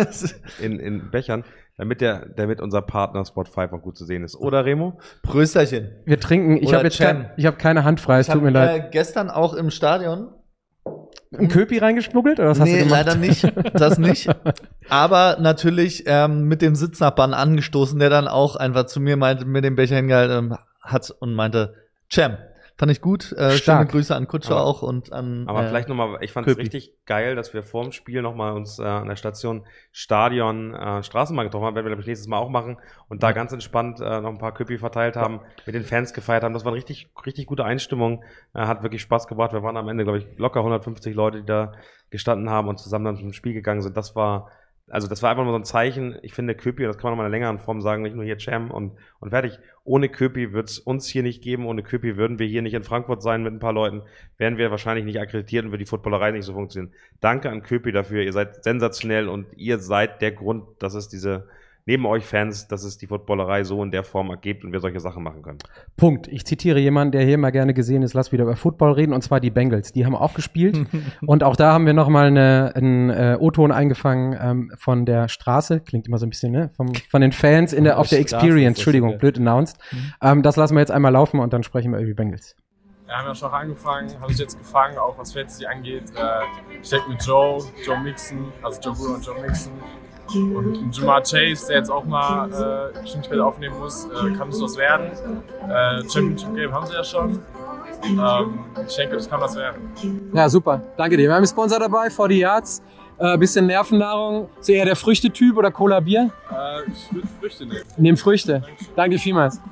in, in Bechern, damit der, damit unser Partner Spotify auch gut zu sehen ist. Oder Remo?
Prösterchen.
Wir trinken. Ich
Oder
habe jetzt
Cem.
kein, ich habe keine Hand frei. Es
Ich
tut mir
habe
leid.
äh, gestern auch im Stadion.
Ein Köpi reingeschmuggelt oder was hast
nee,
du gemacht?
leider nicht. Das nicht. Aber natürlich ähm, mit dem Sitznachbarn angestoßen, der dann auch einfach zu mir meinte, mit dem Becher hingehalten ähm, hat und meinte, Cem. Fand ich gut. Äh, schöne
Stark.
Grüße an Kutscher
Aber-
auch und an.
Aber
äh,
vielleicht nochmal, ich fand es
Köpi.
richtig geil, dass wir vorm Spiel nochmal uns äh, an der Station Stadion äh, Straßenbahn getroffen haben, werden wir, glaube ich, nächstes Mal auch machen und da ganz entspannt äh, noch ein paar Köpi verteilt haben, mit den Fans gefeiert haben. Das war eine richtig, richtig gute Einstimmung, äh, hat wirklich Spaß gebracht. Wir waren am Ende, glaube ich, locker hundertfünfzig Leute, die da gestanden haben und zusammen dann zum Spiel gegangen sind. Das war, also das war einfach nur so ein Zeichen. Ich finde Köpi, und das kann man noch mal in einer längeren Form sagen, nicht nur hier Jam und, und fertig. Ohne Köpi wird es uns hier nicht geben. Ohne Köpi würden wir hier nicht in Frankfurt sein mit ein paar Leuten. Wären wir wahrscheinlich nicht akkreditiert und würde die Footballerei nicht so funktionieren. Danke an Köpi dafür. Ihr seid sensationell und ihr seid der Grund, dass es diese, neben euch Fans, dass es die Footballerei so in der Form ergibt und wir solche Sachen machen können.
Punkt. Ich zitiere jemanden, der hier immer gerne gesehen ist. Lass wieder über Football reden, und zwar die Bengals. Die haben auch gespielt. Und auch da haben wir nochmal eine, einen äh, O-Ton eingefangen ähm, von der Straße. Klingt immer so ein bisschen, ne? Vom, von den Fans in der, auf der
Straße
Experience.
ist das
Entschuldigung,
sogar.
blöd announced. Ähm, das lassen wir jetzt einmal laufen und dann sprechen wir über die Bengals.
Wir haben ja schon angefangen, haben sich jetzt gefangen, auch was Fantasy angeht. Äh, ich denke mit Joe, Joe Mixon, also Joe Burrow und Joe Mixon. Und Jamar Chase, der jetzt auch mal äh, bestimmt später aufnehmen muss, äh, kann es was werden. Äh, Championship Game haben sie ja schon. Ähm, ich denke, das kann was werden.
Ja, super. Danke dir. Wir haben einen Sponsor dabei, forty Yards. Äh, bisschen Nervennahrung. Ist eher der Früchtetyp oder Cola Bier?
Äh, ich würde Früchte nehmen.
Nehmen Früchte. Danke vielmals.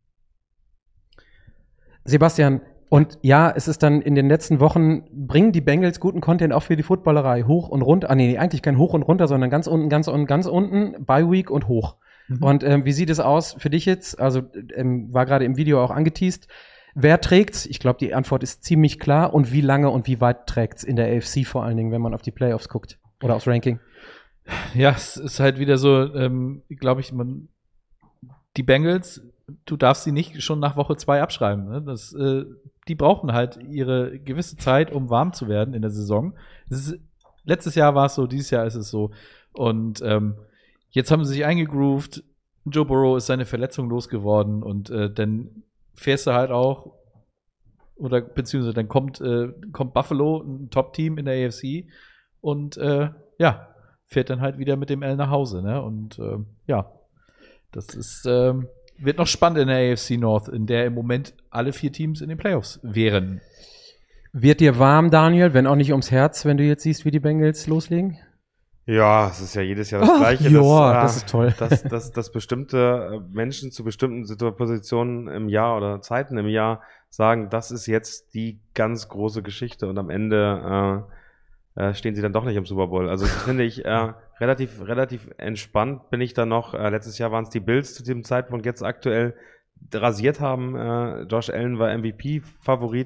Sebastian, und ja, es ist dann in den letzten Wochen, bringen die Bengals guten Content auch für die Footballerei. Hoch und runter. Ah, nee, nee, eigentlich kein Hoch und runter, sondern ganz unten, ganz unten, ganz unten, Bye Week und hoch.
Mhm.
Und ähm, wie sieht es aus für dich jetzt? Also, ähm, war gerade im Video auch angeteast. Wer trägt's? Ich glaube, die Antwort ist ziemlich klar. Und wie lange und wie weit trägt's in der A F C vor allen Dingen, wenn man auf die Playoffs guckt? Oder aufs Ranking?
Ja, es ist halt wieder so, ähm, glaube ich, man, die Bengals, du darfst sie nicht schon nach Woche zwei abschreiben. Ne? Das, äh, die brauchen halt ihre gewisse Zeit, um warm zu werden in der Saison. Das ist, letztes Jahr war es so, dieses Jahr ist es so. Und ähm, jetzt haben sie sich eingegroovt. Joe Burrow ist seine Verletzung losgeworden und äh, dann fährst du halt auch, oder beziehungsweise dann kommt, äh, kommt Buffalo, ein Top-Team in der A F C und äh, ja, fährt dann halt wieder mit dem L nach Hause, ne? Und äh, ja, das ist ähm, wird noch spannend in der A F C North, in der im Moment alle vier Teams in den Playoffs wären.
Wird dir warm, Daniel, wenn auch nicht ums Herz, wenn du jetzt siehst, wie die Bengals loslegen?
Ja, es ist ja jedes Jahr das
Ach,
Gleiche.
ja,
dass, äh,
das ist toll.
Dass, dass, dass bestimmte äh, Menschen zu bestimmten Situ- Positionen im Jahr oder Zeiten im Jahr sagen, das ist jetzt die ganz große Geschichte und am Ende äh, äh, stehen sie dann doch nicht im Super Bowl. Also das finde ich äh, relativ, relativ entspannt bin ich da noch. Äh, letztes Jahr waren es die Bills zu diesem Zeitpunkt, jetzt aktuell rasiert haben. Äh, Josh Allen war M V P-Favorit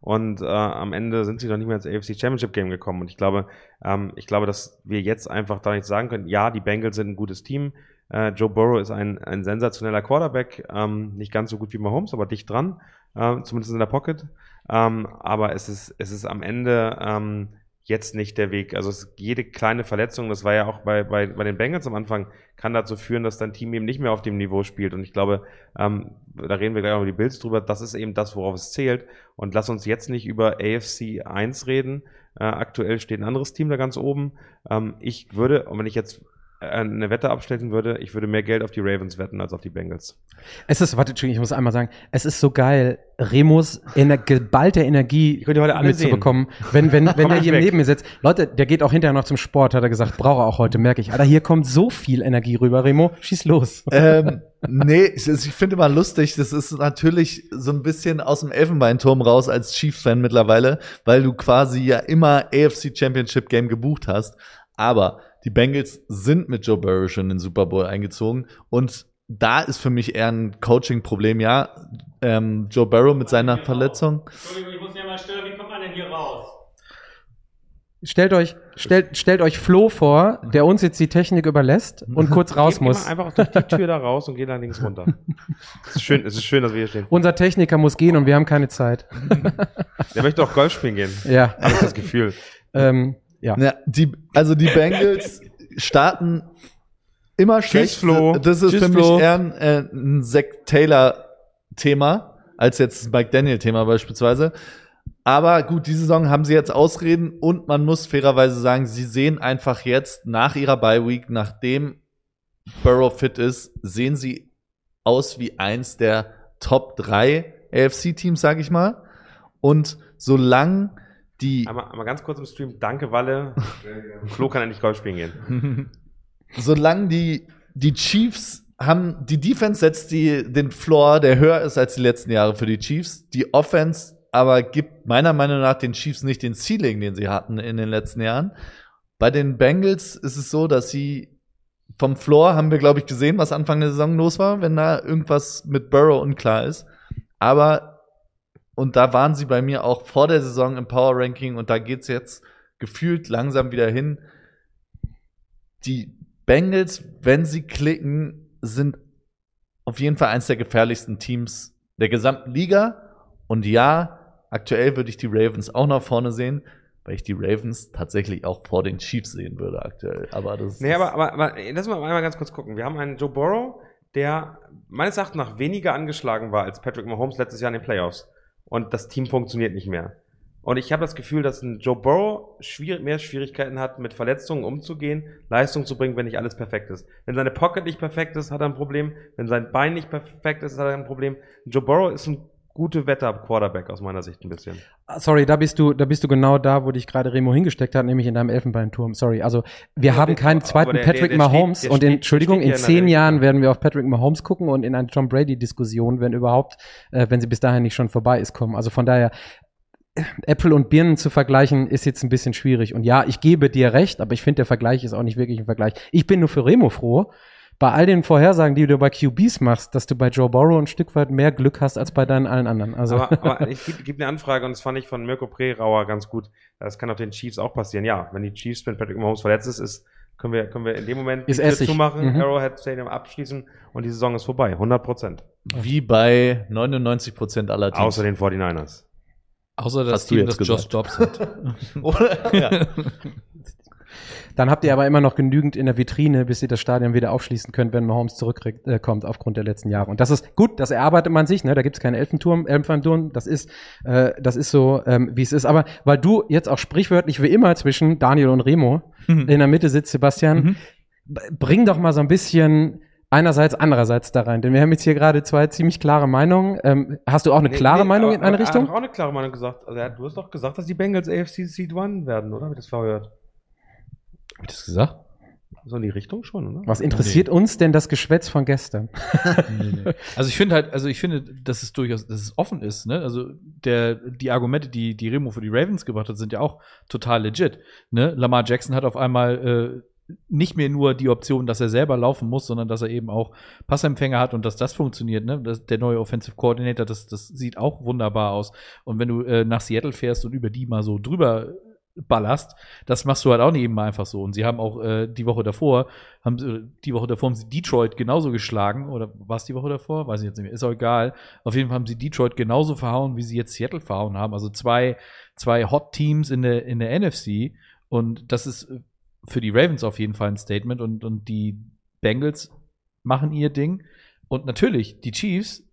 und äh, am Ende sind sie noch nicht mehr ins A F C Championship Game gekommen. Und ich glaube, ähm, ich glaube, dass wir jetzt einfach da nichts sagen können. Ja, die Bengals sind ein gutes Team. Äh, Joe Burrow ist ein, ein sensationeller Quarterback, ähm, nicht ganz so gut wie Mahomes, aber dicht dran, äh, zumindest in der Pocket. Ähm, aber es ist, es ist am Ende ähm, jetzt nicht der Weg. Also es, jede kleine Verletzung, das war ja auch bei, bei, bei den Bengals am Anfang, kann dazu führen, dass dein Team eben nicht mehr auf dem Niveau spielt. Und ich glaube, ähm, da reden wir gleich über die Bills drüber, das ist eben das, worauf es zählt. Und lass uns jetzt nicht über A F C eins reden. Äh, aktuell steht ein anderes Team da ganz oben. Ähm, ich würde, und wenn ich jetzt eine Wette abschließen würde, ich würde mehr Geld auf die Ravens wetten als auf die Bengals.
Es ist, warte, Entschuldigung, ich muss einmal sagen, es ist so geil, Remus ener- geballte Energie
könnt ihr heute alle
mitzubekommen, wenn, wenn, wenn
Komm
er
nicht
hier
weg.
neben mir sitzt. Leute, der geht auch hinterher noch zum Sport, hat er gesagt, braucht er auch heute, merke ich. Alter, hier kommt so viel Energie rüber, Remo, schieß los.
ähm, nee, ich, ich finde immer lustig, das ist natürlich so ein bisschen aus dem Elfenbeinturm raus als Chiefs-Fan mittlerweile, weil du quasi ja immer A F C Championship Game gebucht hast, aber die Bengals sind mit Joe Burrow schon in den Super Bowl eingezogen und da ist für mich eher ein Coaching-Problem, ja. Ähm, Joe Burrow mit seiner Verletzung.
Entschuldigung, ich muss ja mal stören, wie kommt man denn hier raus?
Stellt euch, stellt, stellt euch Flo vor, der uns jetzt die Technik überlässt und kurz raus
Geh-
muss.
Geh mal einfach durch die Tür da raus und geh da links runter. Es ist schön, es ist schön, dass wir hier stehen.
Unser Techniker muss gehen und wir haben keine Zeit.
Der möchte auch Golf spielen gehen.
Ja.
Habe ich das Gefühl.
Ähm, ja.
Ja, die, also die Bengals starten immer schlecht.
Flo.
Das ist
Tschüss,
für mich
Flo.
eher ein, äh, ein Zach Taylor-Thema, als jetzt ein Mike Daniel-Thema beispielsweise. Aber gut, die Saison haben sie jetzt Ausreden und man muss fairerweise sagen, sie sehen einfach jetzt nach ihrer Bye-Week, nachdem Burrow fit ist, sehen sie aus wie eins der Top drei A F C-Teams, sag ich mal. Und solange die
Einmal, einmal ganz kurz im Stream. Danke, Walle. Flo kann endlich Golf spielen gehen.
solange die, die Chiefs haben, die Defense setzt die, den Floor, der höher ist als die letzten Jahre für die Chiefs. Die Offense aber gibt meiner Meinung nach den Chiefs nicht den Ceiling, den sie hatten in den letzten Jahren. Bei den Bengals ist es so, dass sie vom Floor haben wir, glaube ich, gesehen, was Anfang der Saison los war, wenn da irgendwas mit Burrow unklar ist. Aber und da waren sie bei mir auch vor der Saison im Power Ranking und da geht's jetzt gefühlt langsam wieder hin. Die Bengals, wenn sie klicken, sind auf jeden Fall eines der gefährlichsten Teams der gesamten Liga. Und ja, aktuell würde ich die Ravens auch noch vorne sehen, weil ich die Ravens tatsächlich auch vor den Chiefs sehen würde aktuell. Aber das
Nee, aber, aber, aber lass mal einmal ganz kurz gucken. Wir haben einen Joe Burrow, der meines Erachtens nach weniger angeschlagen war als Patrick Mahomes letztes Jahr in den Playoffs. Und das Team funktioniert nicht mehr. Und ich habe das Gefühl, dass ein Joe Burrow schwierig, mehr Schwierigkeiten hat, mit Verletzungen umzugehen, Leistung zu bringen, wenn nicht alles perfekt ist. Wenn seine Pocket nicht perfekt ist, hat er ein Problem. Wenn sein Bein nicht perfekt ist, hat er ein Problem. Joe Burrow ist ein gute Wetter-Quarterback aus meiner Sicht ein bisschen.
Sorry, da bist du, da bist du genau da, wo dich gerade Remo hingesteckt hat, nämlich in deinem Elfenbeinturm. Sorry, also wir
Ja,
haben
der-
keinen
aber
zweiten
der-
Patrick
der- der
Mahomes
steht- der
und in,
steht-
Entschuldigung,
steht
in
ja in
zehn
der-
Jahren werden wir auf Patrick Mahomes gucken und in eine Tom Brady-Diskussion, wenn überhaupt, äh, wenn sie bis dahin nicht schon vorbei ist, kommen. Also von daher, äh, Äpfel und Birnen zu vergleichen, ist jetzt ein bisschen schwierig. Und ja, ich gebe dir recht, aber ich finde, der Vergleich ist auch nicht wirklich ein Vergleich. Ich bin nur für Remo froh, bei all den Vorhersagen, die du bei Q Bs machst, dass du bei Joe Burrow ein Stück weit mehr Glück hast als bei deinen allen anderen. Also
Aber, aber ich gebe geb eine Anfrage und das fand ich von Mirko Prerauer ganz gut. Das kann auch den Chiefs auch passieren. Ja, wenn die Chiefs, wenn Patrick Mahomes verletzt ist, ist können wir, können wir in dem Moment
Ist
die Tür
Essig.
zumachen,
Mhm.
Arrowhead Stadium abschließen und die Saison ist vorbei. hundert Prozent.
wie bei neunundneunzig Prozent aller Teams.
Außer den forty-niners.
Außer das
Hast du
Team,
jetzt
das Josh
gesagt.
Dobbs hat.
Oder? Ja.
dann habt ihr aber immer noch genügend in der Vitrine, bis ihr das Stadion wieder aufschließen könnt, wenn Mahomes zurückkommt äh, kommt aufgrund der letzten Jahre. Und das ist gut, das erarbeitet man sich, ne? Da gibt's keinen Elfenturm, Elfenturm, das ist, äh, das ist so, ähm, wie es ist. Aber weil du jetzt auch sprichwörtlich wie immer zwischen Daniel und Remo
Mhm.
in der Mitte sitzt, Sebastian,
Mhm.
b- bring doch mal so ein bisschen einerseits, andererseits da rein. Denn wir haben jetzt hier gerade zwei ziemlich klare Meinungen. Ähm, hast du auch eine klare Meinung
aber-
in eine
aber
Richtung?
Er hat auch eine klare Meinung gesagt. Also er hat, du hast doch gesagt, dass die Bengals A F C Seed One werden, oder? Hab ich das verhört?
Hab ich das gesagt?
So in die Richtung schon, oder?
Was interessiert uns denn das Geschwätz von gestern?
Also ich finde halt, also ich finde, dass es durchaus, dass es offen ist, ne? Also der, die Argumente, die die Remo für die Ravens gebracht hat, sind ja auch total legit, ne? Lamar Jackson hat auf einmal nicht mehr nur die Option, dass er selber laufen muss, sondern dass er eben auch Passempfänger hat und dass das funktioniert. Ne? Das, der neue Offensive Coordinator, das, das sieht auch wunderbar aus. Und wenn du äh, nach Seattle fährst und über die mal so drüber ballerst, das machst du halt auch nicht eben mal einfach so. Und sie haben auch äh, die Woche davor, haben sie, die Woche davor haben sie Detroit genauso geschlagen. Oder war es die Woche davor? Weiß ich jetzt nicht mehr. Ist auch egal. Auf jeden Fall haben sie Detroit genauso verhauen, wie sie jetzt Seattle verhauen haben. Also zwei, zwei Hot-Teams in der, in der N F C. Und das ist für die Ravens auf jeden Fall ein Statement und, und die Bengals machen ihr Ding. Und natürlich, die Chiefs,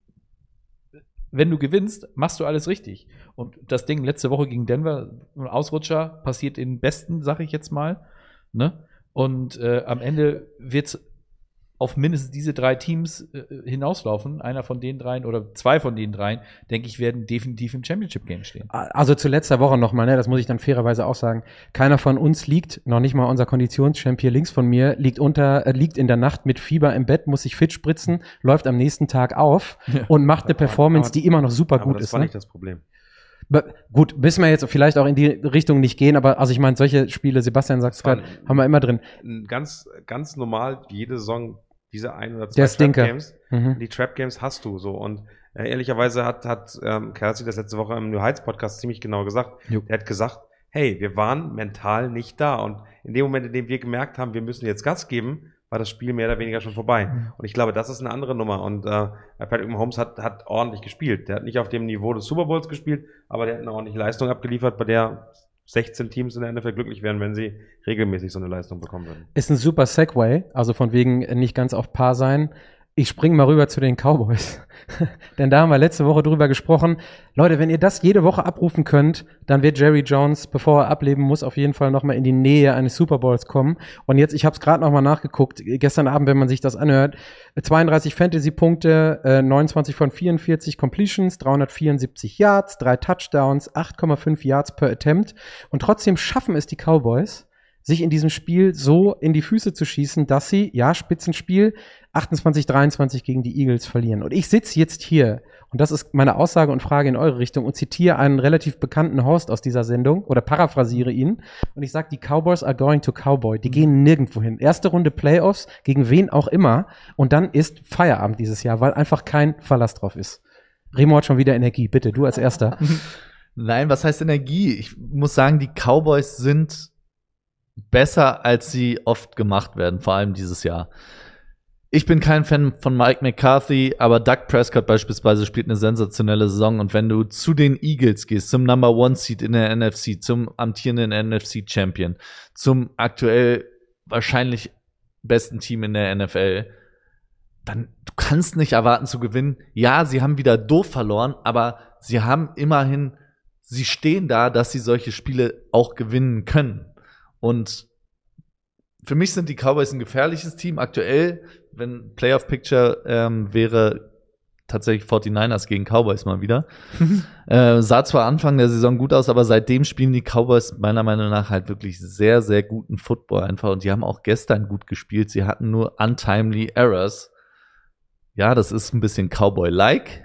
wenn du gewinnst, machst du alles richtig. Und das Ding letzte Woche gegen Denver, ein Ausrutscher, passiert den Besten, sag ich jetzt mal. Ne? Und äh, am Ende wird's auf mindestens diese drei Teams äh, hinauslaufen. Einer von den dreien oder zwei von den dreien, denke ich, werden definitiv im Championship-Game stehen.
Also zu letzter Woche nochmal, ne, das muss ich dann fairerweise auch sagen. Keiner von uns liegt, noch nicht mal unser Konditionschamp hier links von mir, liegt unter, äh, liegt in der Nacht mit Fieber im Bett, muss sich fit spritzen, läuft am nächsten Tag auf ja. und macht eine Performance, aber, die immer noch super gut
das
ist.
Das war
ne?
nicht das Problem.
Gut, müssen wir jetzt vielleicht auch in die Richtung nicht gehen, aber also ich meine, solche Spiele, Sebastian sagt es gerade, haben wir immer drin.
Ganz, ganz normal, jede Saison diese ein oder zwei
Trap-Games.
Mhm. Die Trap-Games hast du so. Und äh, ehrlicherweise hat, hat ähm, Kelsey das letzte Woche im New Heights Podcast ziemlich genau gesagt. Jo. Er hat gesagt, hey, wir waren mental nicht da. Und in dem Moment, in dem wir gemerkt haben, wir müssen jetzt Gas geben, war das Spiel mehr oder weniger schon vorbei. Mhm. Und ich glaube, das ist eine andere Nummer. Und äh, Patrick Mahomes hat, hat ordentlich gespielt. Der hat nicht auf dem Niveau des Super Bowls gespielt, aber der hat eine ordentliche Leistung abgeliefert, bei der sechzehn Teams in der N F L glücklich wären, wenn sie regelmäßig so eine Leistung bekommen würden.
Ist ein super Segway, also von wegen nicht ganz auf Paar sein. Ich springe mal rüber zu den Cowboys. Denn da haben wir letzte Woche drüber gesprochen. Leute, wenn ihr das jede Woche abrufen könnt, dann wird Jerry Jones, bevor er ableben muss, auf jeden Fall noch mal in die Nähe eines Super Bowls kommen. Und jetzt, ich habe es gerade noch mal nachgeguckt, gestern Abend, wenn man sich das anhört, zweiunddreißig Fantasy-Punkte, äh, neunundzwanzig von vierundvierzig Completions, dreihundertvierundsiebzig Yards, drei Touchdowns, acht Komma fünf Yards per Attempt. Und trotzdem schaffen es die Cowboys, sich in diesem Spiel so in die Füße zu schießen, dass sie, ja, Spitzenspiel, achtundzwanzig dreiundzwanzig gegen die Eagles verlieren. Und ich sitze jetzt hier, und das ist meine Aussage und Frage in eure Richtung, und zitiere einen relativ bekannten Host aus dieser Sendung oder paraphrasiere ihn. Und ich sage, die Cowboys are going to Cowboy. Die gehen nirgendwo hin. Erste Runde Playoffs, gegen wen auch immer. Und dann ist Feierabend dieses Jahr, weil einfach kein Verlass drauf ist. Remo hat schon wieder Energie. Bitte, du als Erster.
Nein, was heißt Energie? Ich muss sagen, die Cowboys sind besser, als sie oft gemacht werden, vor allem dieses Jahr. Ich bin kein Fan von Mike McCarthy, aber Dak Prescott beispielsweise spielt eine sensationelle Saison. Und wenn du zu den Eagles gehst, zum Number One Seed in der N F C, zum amtierenden N F C Champion, zum aktuell wahrscheinlich besten Team in der N F L, dann du kannst nicht erwarten zu gewinnen. Ja, sie haben wieder doof verloren, aber sie haben immerhin, sie stehen da, dass sie solche Spiele auch gewinnen können. Und für mich sind die Cowboys ein gefährliches Team. Aktuell, wenn Playoff Picture ähm, wäre, tatsächlich forty-niners gegen Cowboys mal wieder. äh, sah zwar Anfang der Saison gut aus, aber seitdem spielen die Cowboys meiner Meinung nach halt wirklich sehr, sehr guten Football einfach. Und die haben auch gestern gut gespielt. Sie hatten nur untimely Errors. Ja, das ist ein bisschen Cowboy-like.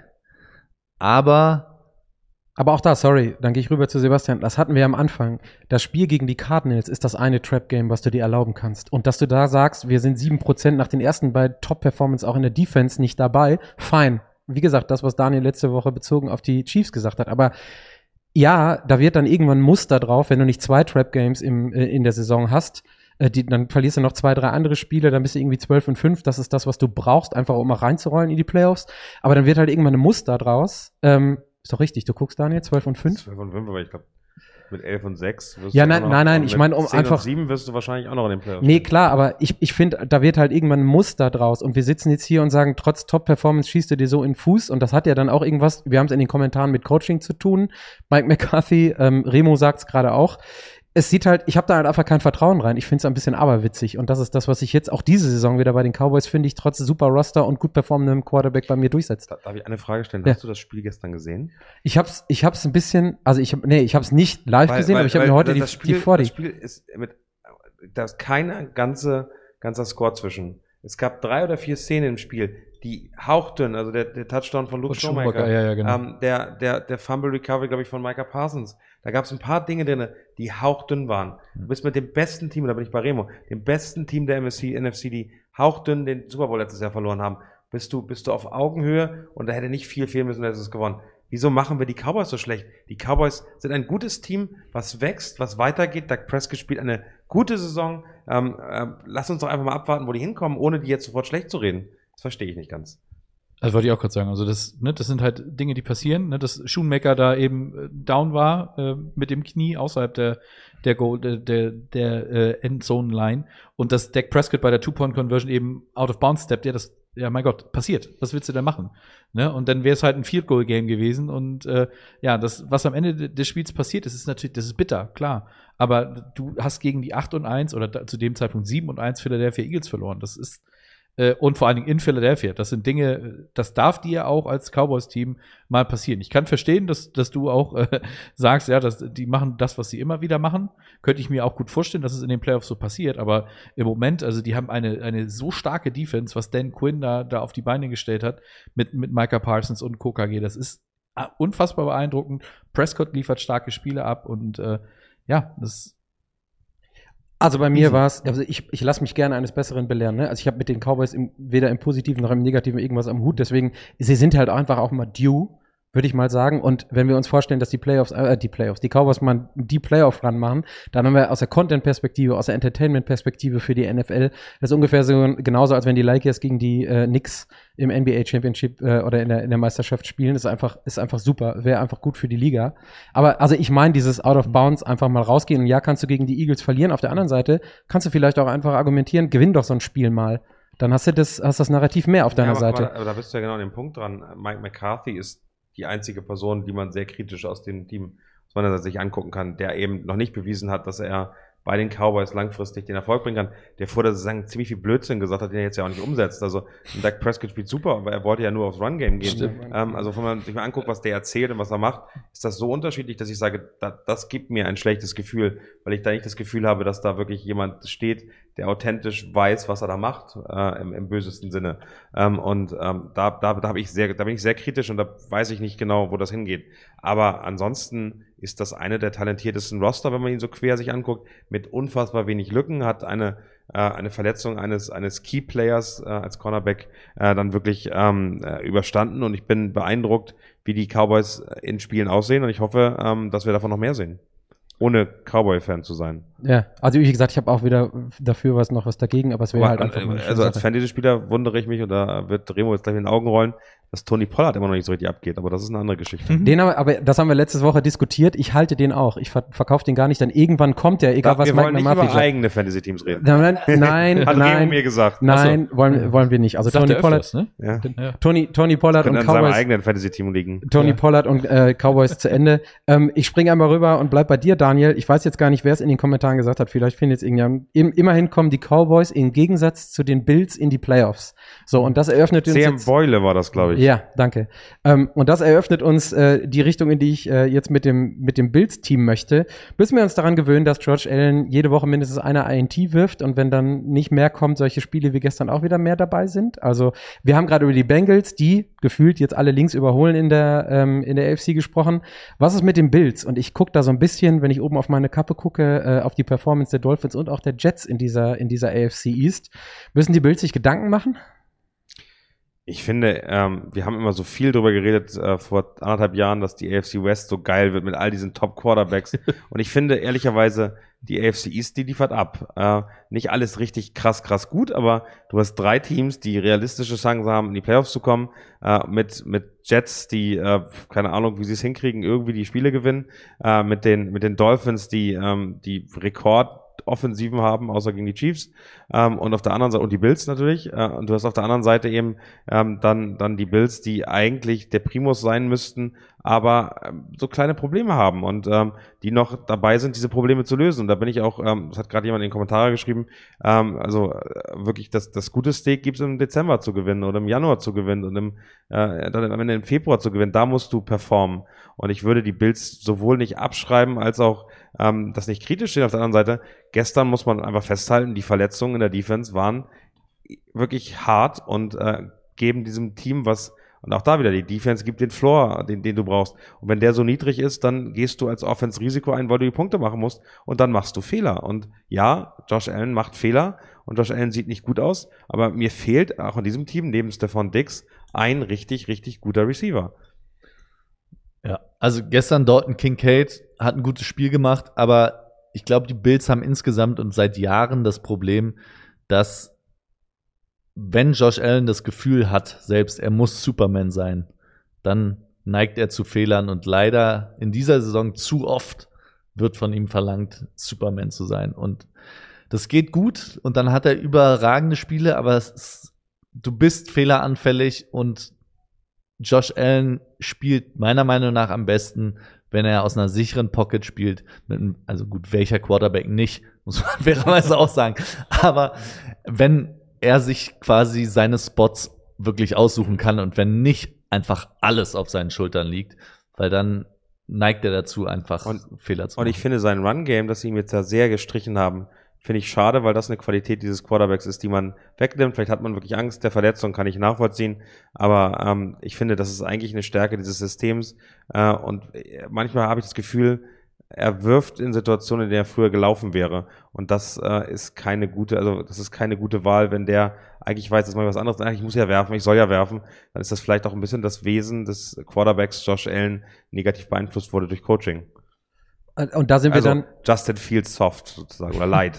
Aber
Aber auch da, sorry, dann gehe ich rüber zu Sebastian. Das hatten wir am Anfang. Das Spiel gegen die Cardinals ist das eine Trap-Game, was du dir erlauben kannst. Und dass du da sagst, wir sind sieben Prozent nach den ersten beiden Top-Performance auch in der Defense nicht dabei, fein. Wie gesagt, das, was Daniel letzte Woche bezogen auf die Chiefs gesagt hat. Aber ja, da wird dann irgendwann ein Muster drauf, wenn du nicht zwei Trap-Games im, äh, in der Saison hast. Äh, die, dann verlierst du noch zwei, drei andere Spiele, dann bist du irgendwie zwölf und fünf. Das ist das, was du brauchst, einfach um mal reinzurollen in die Playoffs. Aber dann wird halt irgendwann ein Muster draus. Ähm, Ist doch richtig. Du guckst, Daniel, zwölf und fünf?
zwölf und fünf, aber ich glaube, mit elf und sechs wirst
ja,
du
nein,
noch,
nein, nein, ich meine, um
zehn
einfach.
und sieben wirst du wahrscheinlich auch noch in den Playoffs.
Nee, klar, aber ich, ich finde, da wird halt irgendwann ein Muster draus. Und wir sitzen jetzt hier und sagen, trotz Top-Performance schießt du dir so in den Fuß. Und das hat ja dann auch irgendwas, wir haben es in den Kommentaren mit Coaching zu tun. Mike McCarthy, ähm, Remo sagt es gerade auch. Es sieht halt, ich habe da halt einfach kein Vertrauen rein. Ich finde es ein bisschen aberwitzig. Und das ist das, was sich jetzt auch diese Saison wieder bei den Cowboys, finde ich, trotz super Roster und gut performendem Quarterback bei mir durchsetzt.
Darf ich eine Frage stellen?
Ja.
Hast du das Spiel gestern gesehen?
Ich hab's, ich hab's ein bisschen, also ich hab, nee, ich hab's nicht live
weil,
gesehen,
weil,
aber ich habe mir heute die,
Spiel,
die vor
Das Spiel ist mit, da ist keine ganze, ganzer Score zwischen. Es gab drei oder vier Szenen im Spiel, die hauchdünn, also der, der Touchdown von Luke
Und Schumacher,
Schumacher,
ja, ja, genau.
ähm, der, der, der Fumble Recovery, glaube ich, von Micah Parsons. Da gab es ein paar Dinge drin, die hauchdünn waren. Du bist mit dem besten Team, da bin ich bei Remo, dem besten Team der N F C, die hauchdünn den Super Bowl letztes Jahr verloren haben, bist du, bist du auf Augenhöhe und da hätte nicht viel fehlen müssen, hättest du es gewonnen. Wieso machen wir die Cowboys so schlecht? Die Cowboys sind ein gutes Team, was wächst, was weitergeht. Dak Prescott spielt eine gute Saison. Ähm, äh, lass uns doch einfach mal abwarten, wo die hinkommen, ohne die jetzt sofort schlecht zu reden. Das verstehe ich nicht ganz.
Das wollte ich auch gerade sagen. Also das, ne, das sind halt Dinge, die passieren. Ne, dass Schoonmaker da eben äh, down war äh, mit dem Knie außerhalb der der Goal, der der, der äh, Endzone-Line und dass Dak Prescott bei der Two-Point-Conversion eben out of bounds steppt. Ja, das, ja, mein Gott, passiert. Was willst du denn machen? Ne? Und dann wäre es halt ein Field-Goal-Game gewesen. Und äh, ja, das, was am Ende des Spiels passiert ist, ist natürlich, das ist bitter, klar. Aber du hast gegen die acht und eins oder da, zu dem Zeitpunkt sieben und eins Philadelphia Eagles verloren. Das ist und vor allen Dingen in Philadelphia. Das sind Dinge, das darf dir auch als Cowboys-Team mal passieren. Ich kann verstehen, dass, dass du auch äh, sagst, ja, dass die machen das, was sie immer wieder machen. Könnte ich mir auch gut vorstellen, dass es in den Playoffs so passiert. Aber im Moment, also die haben eine, eine so starke Defense, was Dan Quinn da, da auf die Beine gestellt hat mit, mit Micah Parsons und Co K G. Das ist unfassbar beeindruckend. Prescott liefert starke Spiele ab und äh, ja, das
Also bei mir
Easy.
war es, also ich, ich lasse mich gerne eines Besseren belehren. Ne? Also ich habe mit den Cowboys im, weder im Positiven noch im Negativen irgendwas am Hut. Deswegen, sie sind halt einfach auch mal due, würde ich mal sagen. Und wenn wir uns vorstellen, dass die Playoffs, äh, die Playoffs, die Cowboys mal die Playoff-Run machen, dann haben wir aus der Content-Perspektive, aus der Entertainment-Perspektive für die N F L, das ist ungefähr so genauso, als wenn die Lakers gegen die äh, Knicks im N B A Championship äh, oder in der, in der Meisterschaft spielen. Das ist einfach, ist einfach super, wäre einfach gut für die Liga. Aber also ich meine, dieses Out of Bounds einfach mal rausgehen. Und ja, kannst du gegen die Eagles verlieren. Auf der anderen Seite kannst du vielleicht auch einfach argumentieren, gewinn doch so ein Spiel mal. Dann hast du das, hast das Narrativ mehr auf deiner
ja, aber,
Seite.
Aber, aber da bist du ja genau an dem Punkt dran. Mike McCarthy ist die einzige Person, die man sehr kritisch aus dem Team aus meiner Seite sich angucken kann, der eben noch nicht bewiesen hat, dass er bei den Cowboys langfristig den Erfolg bringen kann, der vor der Saison ziemlich viel Blödsinn gesagt hat, den er jetzt ja auch nicht umsetzt. Also Dak Prescott spielt super, aber er wollte ja nur aufs Run-Game gehen. Ähm, also wenn man sich mal anguckt, was der erzählt und was er macht, ist das so unterschiedlich, dass ich sage, da, das gibt mir ein schlechtes Gefühl, weil ich da nicht das Gefühl habe, dass da wirklich jemand steht, der authentisch weiß, was er da macht, äh, im, im bösesten Sinne. Ähm, und ähm, da, da, da, hab ich sehr, da bin ich sehr kritisch und da weiß ich nicht genau, wo das hingeht. Aber ansonsten ist das eine der talentiertesten Roster, wenn man ihn so quer sich anguckt, mit unfassbar wenig Lücken, hat eine äh, eine Verletzung eines eines Key-Players äh, als Cornerback äh, dann wirklich ähm, äh, überstanden und ich bin beeindruckt, wie die Cowboys in Spielen aussehen und ich hoffe, ähm, dass wir davon noch mehr sehen. Ohne Cowboy-Fan zu sein.
Ja, also wie gesagt, ich habe auch wieder dafür was noch was dagegen, aber es wäre halt einfach mal eine
Also als
Sache.
Fantasy-Spieler wundere ich mich und da wird Remo jetzt gleich in den Augen rollen, dass Tony Pollard immer noch nicht so richtig abgeht, aber das ist eine andere Geschichte.
Den aber, aber das haben wir letzte Woche diskutiert. Ich halte den auch. Ich ver verkaufe den gar nicht. Dann irgendwann kommt der, egal
Da,
was
wir
Mike
wollen nicht
McMurphy
über
sagt.
eigene Fantasy-Teams reden.
Nein, nein,
Hat Remo
nein,
mir gesagt.
nein, wollen, wollen wir nicht. Also
Sagt
Tony
er
Pollard,
öfters, ne?
Ja.
Ja.
Tony, Tony Pollard
Können
und
an seinem
Cowboys,
eigenen Fantasy-Team liegen.
Tony
Ja.
Pollard und äh, Cowboys zu Ende. Ähm, ich springe einmal rüber und bleib bei dir, Daniel. Ich weiß jetzt gar nicht, wer es in den Kommentaren gesagt hat. Vielleicht findet es irgendjemand. Im, immerhin kommen die Cowboys im Gegensatz zu den Bills in die Playoffs. So, und das eröffnet uns
Sam
jetzt.
Boyle war das, glaube ich.
Ja, danke. Ähm, und das eröffnet uns äh, die Richtung, in die ich äh, jetzt mit dem mit dem Bills-Team möchte. Müssen wir uns daran gewöhnen, dass Josh Allen jede Woche mindestens eine I N T wirft und wenn dann nicht mehr kommt, solche Spiele wie gestern auch wieder mehr dabei sind. Also wir haben gerade über die Bengals, die gefühlt jetzt alle links überholen in der ähm, in der A F C gesprochen. Was ist mit den Bills? Und ich gucke da so ein bisschen, wenn ich oben auf meine Kappe gucke, äh, auf die Performance der Dolphins und auch der Jets in dieser in dieser A F C East. Müssen die Bills sich Gedanken machen?
Ich finde, ähm, wir haben immer so viel drüber geredet äh, vor anderthalb Jahren, dass die A F C West so geil wird mit all diesen Top-Quarterbacks. Und ich finde, ehrlicherweise, die A F C East, die liefert ab. Äh, nicht alles richtig krass, krass gut, aber du hast drei Teams, die realistische Chancen haben, in die Playoffs zu kommen, äh, mit mit Jets, die, äh, keine Ahnung, wie sie es hinkriegen, irgendwie die Spiele gewinnen, äh, mit den mit den Dolphins, die ähm, die Rekord Offensiven haben, außer gegen die Chiefs, ähm, und auf der anderen Seite, und die Bills natürlich, äh, und du hast auf der anderen Seite eben ähm, dann dann die Bills, die eigentlich der Primus sein müssten, aber ähm, so kleine Probleme haben und ähm, die noch dabei sind, diese Probleme zu lösen. Und da bin ich auch, ähm, das hat gerade jemand in den Kommentaren geschrieben, ähm, also äh, wirklich das das gute Steak gibt's im Dezember zu gewinnen oder im Januar zu gewinnen und im äh, dann am Ende im Februar zu gewinnen. Da musst du performen. Und ich würde die Bills sowohl nicht abschreiben, als auch ähm, das nicht kritisch sehen. Auf der anderen Seite, gestern muss man einfach festhalten, die Verletzungen in der Defense waren wirklich hart und äh, geben diesem Team was. Und auch da wieder, die Defense gibt den Floor, den, den du brauchst. Und wenn der so niedrig ist, dann gehst du als Offense Risiko ein, weil du die Punkte machen musst. Und dann machst du Fehler. Und ja, Josh Allen macht Fehler. Und Josh Allen sieht nicht gut aus. Aber mir fehlt auch in diesem Team, neben Stephon Diggs, ein richtig, richtig guter Receiver.
Ja, also gestern Dalton Kincaid hat ein gutes Spiel gemacht. Aber ich glaube, die Bills haben insgesamt und seit Jahren das Problem, dass wenn Josh Allen das Gefühl hat, selbst er muss Superman sein, dann neigt er zu Fehlern und leider in dieser Saison zu oft wird von ihm verlangt, Superman zu sein. Und das geht gut und dann hat er überragende Spiele, aber es ist, du bist fehleranfällig und Josh Allen spielt meiner Meinung nach am besten, wenn er aus einer sicheren Pocket spielt. Mit einem, also gut, welcher Quarterback nicht, muss man fairerweise auch sagen. Aber wenn er sich quasi seine Spots wirklich aussuchen kann und wenn nicht einfach alles auf seinen Schultern liegt, weil dann neigt er dazu, einfach
und,
Fehler zu
machen. Und ich finde sein Run-Game, das sie ihm jetzt ja sehr gestrichen haben, finde ich schade, weil das eine Qualität dieses Quarterbacks ist, die man wegnimmt. Vielleicht hat man wirklich Angst der Verletzung, kann ich nachvollziehen. Aber ähm, ich finde, das ist eigentlich eine Stärke dieses Systems. Äh, und manchmal habe ich das Gefühl, er wirft in Situationen, in denen er früher gelaufen wäre. Und das äh, ist keine gute, also das ist keine gute Wahl, wenn der eigentlich weiß, dass man was anderes, ich muss ja werfen, ich soll ja werfen, dann ist das vielleicht auch ein bisschen das Wesen des Quarterbacks Josh Allen negativ beeinflusst wurde durch Coaching.
Und da sind wir
also,
dann
Justin Fields soft sozusagen oder light.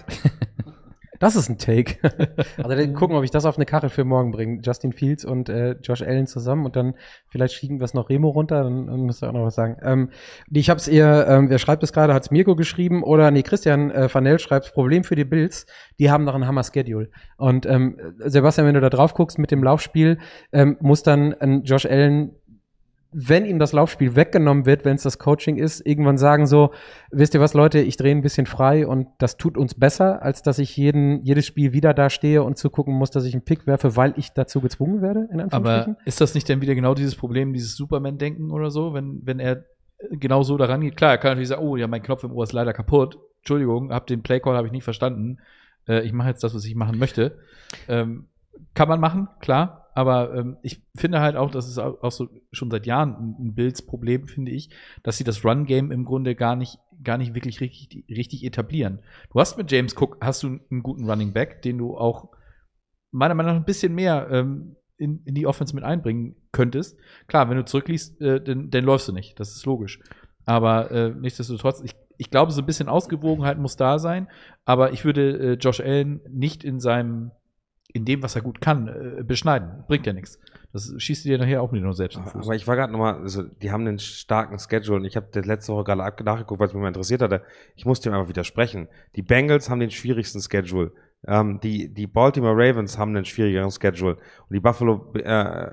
Das ist ein Take. Also dann gucken, ob ich das auf eine Kachel für morgen bringe. Justin Fields und äh, Josh Allen zusammen und dann vielleicht schieben wir es noch Remo runter, dann, dann müsst ihr auch noch was sagen. Ähm, ich habe es eher, ähm, wer schreibt es gerade, hat es Mirko geschrieben oder nee, Christian äh, Vanell schreibt, Problem für die Bills, die haben noch einen Hammer-Schedule. Und ähm, Sebastian, wenn du da drauf guckst mit dem Laufspiel, ähm, muss dann ein Josh Allen, wenn ihm das Laufspiel weggenommen wird, wenn es das Coaching ist, irgendwann sagen so, wisst ihr was, Leute, ich drehe ein bisschen frei und das tut uns besser, als dass ich jeden, jedes Spiel wieder da stehe und zugucken muss, dass ich einen Pick werfe, weil ich dazu gezwungen werde, in Anführungsstrichen.
Aber ist das nicht denn wieder genau dieses Problem, dieses Superman-Denken oder so, wenn, wenn er genau so daran geht? Klar, er kann natürlich sagen, oh, ja, mein Knopf im Ohr ist leider kaputt. Entschuldigung, hab den Playcall habe ich nicht verstanden. Äh, ich mache jetzt das, was ich machen möchte. Ähm, kann man machen, klar. Aber ähm, ich finde halt auch, das ist auch, auch so schon seit Jahren ein, ein Bills-Problem, finde ich, dass sie das Run-Game im Grunde gar nicht, gar nicht wirklich richtig, richtig etablieren. Du hast mit James Cook hast du einen guten Running Back, den du auch meiner Meinung nach ein bisschen mehr ähm, in, in die Offense mit einbringen könntest. Klar, wenn du zurückliegst, äh, dann, dann läufst du nicht. Das ist logisch. Aber äh, nichtsdestotrotz, ich, ich glaube, so ein bisschen Ausgewogenheit muss da sein. Aber ich würde äh, Josh Allen nicht in seinem in dem, was er gut kann, äh, beschneiden. Bringt ja nichts. Das schießt dir nachher auch nicht nur selbst in den Fuß.
Aber ich war gerade nochmal, also die haben einen starken Schedule und ich habe letzte Woche gerade nachgeguckt, weil es mich mal interessiert hatte. Ich musste ihm einfach widersprechen. Die Bengals haben den schwierigsten Schedule. Ähm, die, die Baltimore Ravens haben einen schwierigeren Schedule. Und die Buffalo äh,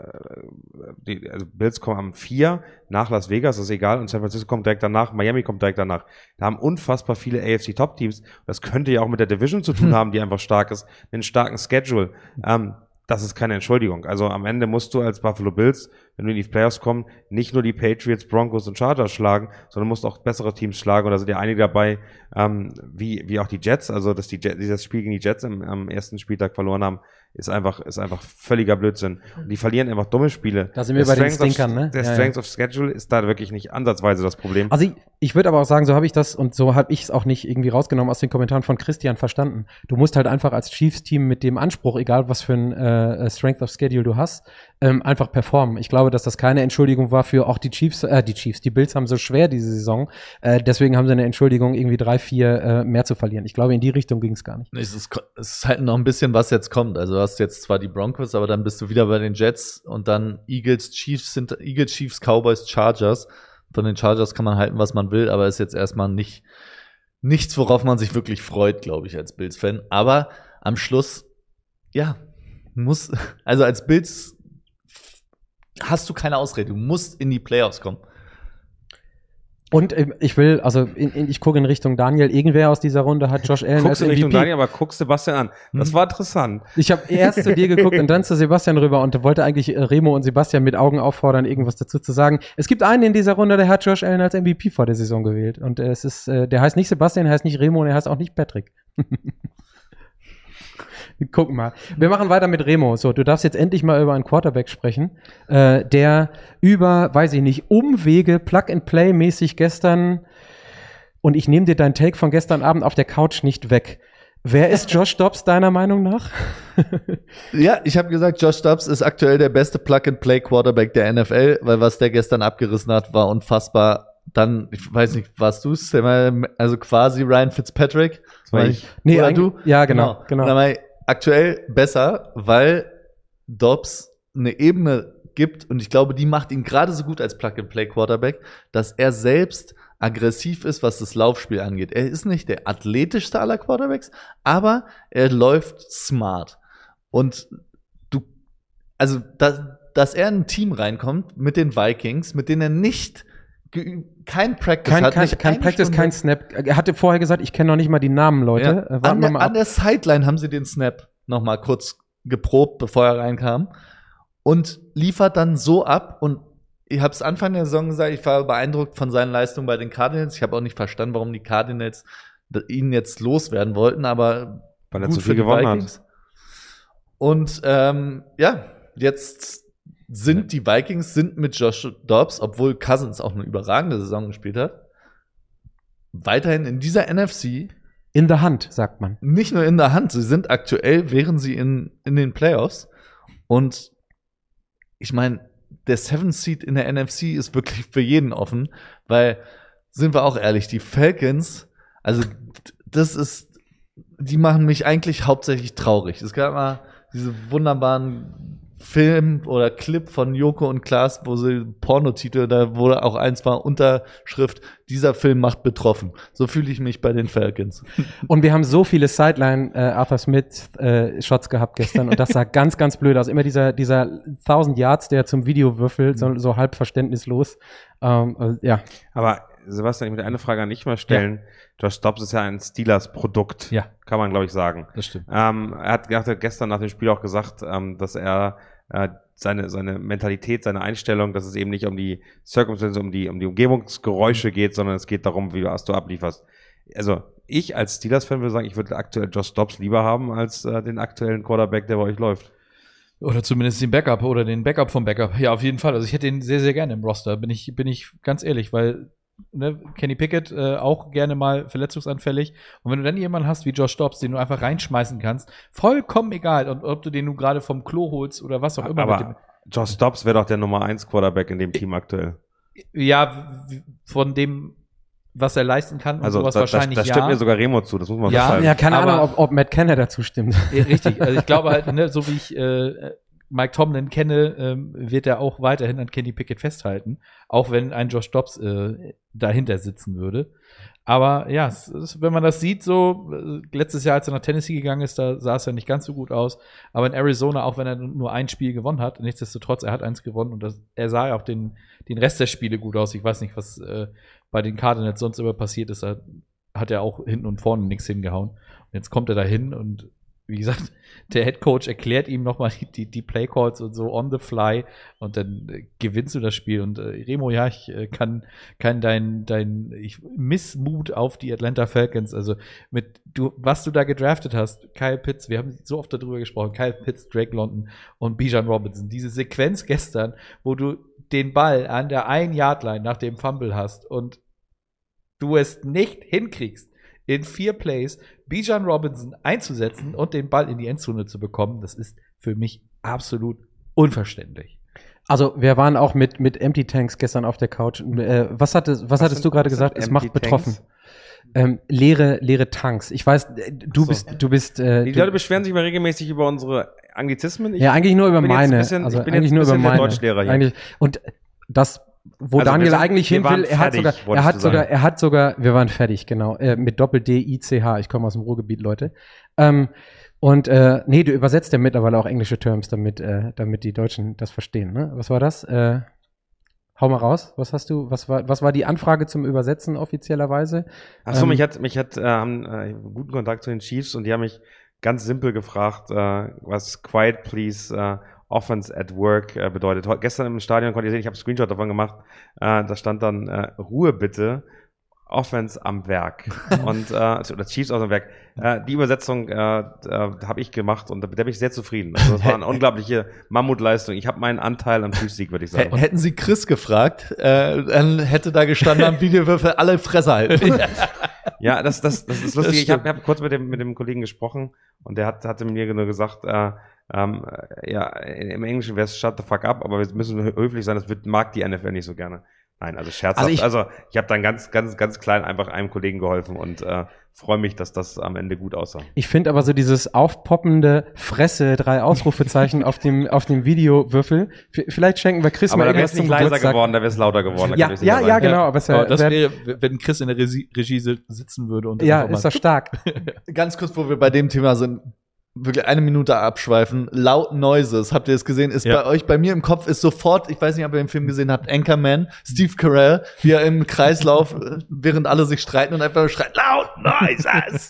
die, also Bills kommen am vier nach Las Vegas, das ist egal. Und San Francisco kommt direkt danach, Miami kommt direkt danach. Da haben unfassbar viele A F C Top-Teams. Das könnte ja auch mit der Division zu tun haben, die einfach stark ist. Einen starken Schedule. Ähm, das ist keine Entschuldigung. Also am Ende musst du als Buffalo Bills, wenn du in die Playoffs kommst, nicht nur die Patriots, Broncos und Chargers schlagen, sondern musst auch bessere Teams schlagen. Und da sind ja einige dabei, ähm, wie wie auch die Jets. Also dass die Jets, dieses Spiel gegen die Jets im, am ersten Spieltag verloren haben, ist einfach ist einfach völliger Blödsinn. Und die verlieren einfach dumme Spiele.
Da sind wir bei den Stinkern, ne?
Der
ja,
Strength
ja.
of Schedule ist da wirklich nicht ansatzweise das Problem.
Also ich, ich würde aber auch sagen, so habe ich das und so habe ich es auch nicht irgendwie rausgenommen aus den Kommentaren von Christian verstanden. Du musst halt einfach als Chiefs-Team mit dem Anspruch, egal was für ein äh, Strength of Schedule du hast, ähm, einfach performen. Ich glaube, dass das keine Entschuldigung war für auch die Chiefs, äh, die Chiefs, die Bills haben so schwer diese Saison, äh, deswegen haben sie eine Entschuldigung, irgendwie drei, vier äh, mehr zu verlieren. Ich glaube, in die Richtung ging es gar nicht.
Es ist, es ist halt noch ein bisschen, was jetzt kommt. Also du hast jetzt zwar die Broncos, aber dann bist du wieder bei den Jets und dann Eagles, Chiefs, sind Eagles, Chiefs, Cowboys, Chargers. Von den Chargers kann man halten, was man will, aber ist jetzt erstmal nicht nichts, worauf man sich wirklich freut, glaube ich, als Bills-Fan. Aber am Schluss, ja, muss, also als Bills hast du keine Ausrede. Du musst in die Playoffs kommen.
Und äh, ich will, also in, in, ich gucke in Richtung Daniel. Irgendwer aus dieser Runde hat Josh Allen
Guckst
als
in Richtung
M V P.
Daniel, aber guck Sebastian an. Das war interessant.
Ich habe erst zu dir geguckt und dann zu Sebastian rüber und wollte eigentlich äh, Remo und Sebastian mit Augen auffordern, irgendwas dazu zu sagen. Es gibt einen in dieser Runde, der hat Josh Allen als M V P vor der Saison gewählt. Und äh, es ist, äh, der heißt nicht Sebastian, der heißt nicht Remo und er heißt auch nicht Patrick. Guck mal. Wir machen weiter mit Remo. So, du darfst jetzt endlich mal über einen Quarterback sprechen, äh, der über, weiß ich nicht, Umwege, Plug-and-Play-mäßig gestern, und ich nehme dir deinen Take von gestern Abend auf der Couch nicht weg. Wer ist Josh Dobbs deiner Meinung nach?
Ja, ich habe gesagt, Josh Dobbs ist aktuell der beste Plug-and-Play-Quarterback der N F L, weil was der gestern abgerissen hat, war unfassbar. Dann, ich weiß nicht, warst du's? Also quasi Ryan Fitzpatrick.
Das war ich.
Nee,
oder du?
Ja, genau. genau.
genau. Aktuell besser, weil Dobbs eine Ebene gibt, und ich glaube, die macht ihn gerade so gut als Plug-and-Play-Quarterback, dass er selbst aggressiv ist, was das Laufspiel angeht. Er ist nicht der athletischste aller Quarterbacks, aber er läuft smart. Und du, also, dass, dass er in ein Team reinkommt mit den Vikings, mit denen er nicht kein Practice
kein,
hat.
Kein,
nicht
kein Practice,
Stunde.
Kein Snap. Er hatte vorher gesagt, ich kenne noch nicht mal die Namen, Leute.
Ja.
Äh,
An, der,
mal
an der Sideline haben sie den Snap noch mal kurz geprobt, bevor er reinkam. Und liefert dann so ab. Und ich habe es Anfang der Saison gesagt, ich war beeindruckt von seinen Leistungen bei den Cardinals. Ich habe auch nicht verstanden, warum die Cardinals ihn jetzt loswerden wollten, aber
weil er
gut
zu
für
viel
die
gewonnen
Vikings.
hat.
Und ähm, ja, jetzt sind die Vikings sind mit Josh Dobbs, obwohl Cousins auch eine überragende Saison gespielt hat, weiterhin in dieser N F C
in der Hand, sagt man.
Nicht nur in der Hand, sie sind aktuell, wären sie in, in den Playoffs. Und ich meine, der Seventh Seed in der N F C ist wirklich für jeden offen, weil, sind wir auch ehrlich, die Falcons, also das ist, die machen mich eigentlich hauptsächlich traurig. Es gab mal diese wunderbaren Film oder Clip von Joko und Klaas, wo sie Pornotitel, da wurde auch eins war Unterschrift, dieser Film macht betroffen. So fühle ich mich bei den Falcons.
Und wir haben so viele Sideline äh, Arthur Smith äh, Shots gehabt gestern, und das sah ganz, ganz blöd aus. Immer dieser dieser tausend Yards, der zum Video würfelt, so, so halb verständnislos. Ähm, also, ja.
Aber Sebastian, ich will eine Frage an dich mal stellen. Ja. Josh Dobbs ist ja ein Steelers-Produkt.
Ja.
Kann man, glaube ich, sagen.
Das stimmt.
Ähm, er hat, er hat gestern nach dem Spiel auch gesagt, ähm, dass er äh, seine, seine Mentalität, seine Einstellung, dass es eben nicht um die Circumstances, um die, um die Umgebungsgeräusche geht, sondern es geht darum, wie was du ablieferst. Also, ich als Steelers-Fan würde sagen, ich würde aktuell Josh Dobbs lieber haben als äh, den aktuellen Quarterback, der bei euch läuft.
Oder zumindest den Backup oder den Backup vom Backup. Ja, auf jeden Fall. Also ich hätte ihn sehr, sehr gerne im Roster, bin ich, bin ich ganz ehrlich, weil ne, Kenny Pickett äh, auch gerne mal verletzungsanfällig. Und wenn du dann jemanden hast wie Josh Dobbs, den du einfach reinschmeißen kannst, vollkommen egal, und ob du den nun gerade vom Klo holst oder was auch immer.
Aber
mit dem,
Josh Dobbs wäre doch der Nummer eins Quarterback in dem Team aktuell.
Ja, von dem, was er leisten kann und
also
sowas
da,
wahrscheinlich
das, das
ja.
stimmt mir sogar Remo zu, das muss man
ja,
festhalten.
Ja, keine
Aber-
Ahnung, ob, ob Matt Kenner dazu stimmt.
Ja, richtig, also ich glaube halt, ne, so wie ich äh, Mike Tomlin kenne, ähm, wird er auch weiterhin an Kenny Pickett festhalten, auch wenn ein Josh Dobbs äh, dahinter sitzen würde. Aber ja, es ist, wenn man das sieht, so äh, letztes Jahr, als er nach Tennessee gegangen ist, da sah es ja nicht ganz so gut aus. Aber in Arizona, auch wenn er nur ein Spiel gewonnen hat, nichtsdestotrotz, er hat eins gewonnen und das, er sah ja auch den, den Rest der Spiele gut aus. Ich weiß nicht, was äh, bei den Cardinals sonst immer passiert ist. Da hat er auch hinten und vorne nichts hingehauen. Und jetzt kommt er da hin und wie gesagt, der Head Coach erklärt ihm nochmal die, die, die Playcalls und so on the fly und dann äh, gewinnst du das Spiel. Und äh, Remo, ja, ich äh, kann, kann dein, dein ich, Missmut auf die Atlanta Falcons, also mit du, was du da gedraftet hast, Kyle Pitts, wir haben so oft darüber gesprochen, Kyle Pitts, Drake London und Bijan Robinson, diese Sequenz gestern, wo du den Ball an der Ein-Yard-Line nach dem Fumble hast und du es nicht hinkriegst, in vier Plays Bijan Robinson einzusetzen und den Ball in die Endzone zu bekommen, das ist für mich absolut unverständlich.
Also, wir waren auch mit, mit Empty Tanks gestern auf der Couch. Äh, was, hatte, was, was hattest
sind,
du gerade
was
gesagt?
sind
Es macht
Empty
betroffen.
Tanks?
Ähm, leere, leere Tanks. Ich weiß, äh, du
so.
bist, du bist, äh,
Die
du,
Leute beschweren sich mal regelmäßig über unsere Anglizismen. Ich
ja, eigentlich nur über
bin jetzt ein
meine.
bisschen-
also
ich bin
eigentlich
jetzt ein
nur über
bisschen der
meine.
Deutschlehrer hier.
Eigentlich, und das, wo
Also wir
Daniel
sind-
eigentlich
wir
hin
waren
will, er hat
fertig,
sogar, er
wolltest
hat
du
sogar,
sagen.
er hat sogar, wir waren fertig, genau, äh, mit Doppel-D I C H. Ich komme aus dem Ruhrgebiet, Leute. Ähm, und äh, nee, du übersetzt ja mittlerweile auch englische Terms, damit, äh, damit die Deutschen das verstehen. Ne? Was war das? Äh, hau mal raus. Was hast du? Was war, was war die Anfrage zum Übersetzen offiziellerweise?
Ach so,
Ähm,
mich hat, mich hat, äh, haben, äh, guten Kontakt zu den Chiefs und die haben mich ganz simpel gefragt, äh, was Quiet Please äh, Offense at Work äh, bedeutet. Heu- Gestern im Stadion konnte ihr sehen, ich habe einen Screenshot davon gemacht, äh, da stand dann äh, Ruhe bitte Offense am Werk. und äh, oder Chiefs aus dem Werk. Äh, die Übersetzung äh, äh, habe ich gemacht und da, da bin ich sehr zufrieden. Also das war eine unglaubliche Mammutleistung. Ich habe meinen Anteil am Chiefs-Sieg, würde ich sagen.
H- hätten Sie Chris gefragt, äh, dann hätte da gestanden am Videowürfel alle Fresse halten.
Ja, das, das, das ist lustig. Das ich habe hab kurz mit dem, mit dem Kollegen gesprochen und der hat, hatte mir nur gesagt, äh, ähm, ja, im Englischen wäre es shut the fuck up, aber wir müssen höflich sein, das wird, mag die N F L nicht so gerne. Nein, also scherzhaft. Also ich, also ich habe dann ganz, ganz, ganz klein einfach einem Kollegen geholfen und äh, freue mich, dass das am Ende gut aussah.
Ich finde aber so dieses aufpoppende Fresse, drei Ausrufezeichen auf dem auf dem Videowürfel. V- vielleicht schenken wir Chris
aber
mal
da wäre es nicht leiser Geburtstag. geworden, da wäre es lauter geworden. Da
ja, ja, ja, genau. Aber es
ja, das wäre, wenn Chris in der Regie, Regie sitzen würde. Und
ja, ist das stark.
Ganz kurz, wo wir bei dem Thema sind, wirklich eine Minute abschweifen. Loud Noises, habt ihr es gesehen? Ist ja. bei euch, bei mir im Kopf ist sofort, ich weiß nicht, ob ihr den Film gesehen habt, Anchorman, Steve Carell, wie er im Kreislauf, während alle sich streiten und einfach schreit, Loud Noises!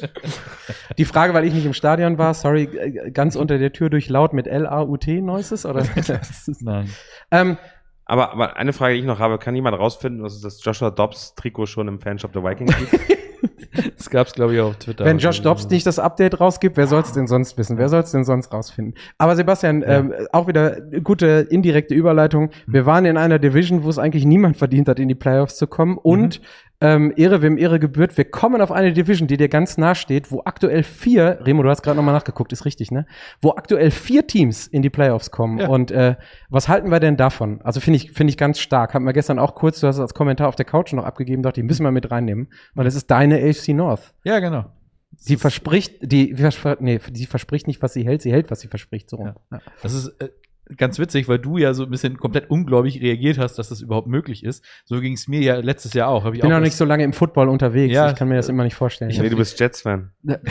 Die Frage, weil ich nicht im Stadion war, sorry, ganz unter der Tür durch laut mit L A U T Noises, oder?
Nein.
Ähm,
aber, aber eine Frage, die ich noch habe, kann jemand rausfinden, dass es das Joshua Dobbs Trikot schon im Fanshop der Vikings gibt?
Das gab's, glaube ich, auch auf Twitter.
Wenn Josh Dobbs nicht das Update rausgibt, wer soll's denn sonst wissen? Wer soll's denn sonst rausfinden? Aber Sebastian, ja. ähm, auch wieder gute indirekte Überleitung. Wir waren in einer Division, wo es eigentlich niemand verdient hat, in die Playoffs zu kommen. Und mhm. ähm, Ehre, wem Ehre gebührt, wir kommen auf eine Division, die dir ganz nah steht, wo aktuell vier, Remo, du hast gerade nochmal nachgeguckt, ist richtig, ne? Wo aktuell vier Teams in die Playoffs kommen. Ja. Und äh, was halten wir denn davon? Also finde ich, finde ich ganz stark. Haben wir gestern auch kurz, du hast es als Kommentar auf der Couch noch abgegeben, dachte ich, müssen wir mit reinnehmen, weil es ist deine A F C North.
Ja, genau.
Sie verspricht, die, nee, sie verspricht nicht, was sie hält, sie hält, was sie verspricht, so.
Ja. Ja. Das ist äh, ganz witzig, weil du ja so ein bisschen komplett ungläubig reagiert hast, dass das überhaupt möglich ist. So ging es mir ja letztes Jahr auch. Hab ich
bin
auch
noch nicht so lange im Football unterwegs.
Ja,
ich kann mir das immer nicht vorstellen.
Ich nee, du bist Jets-Fan.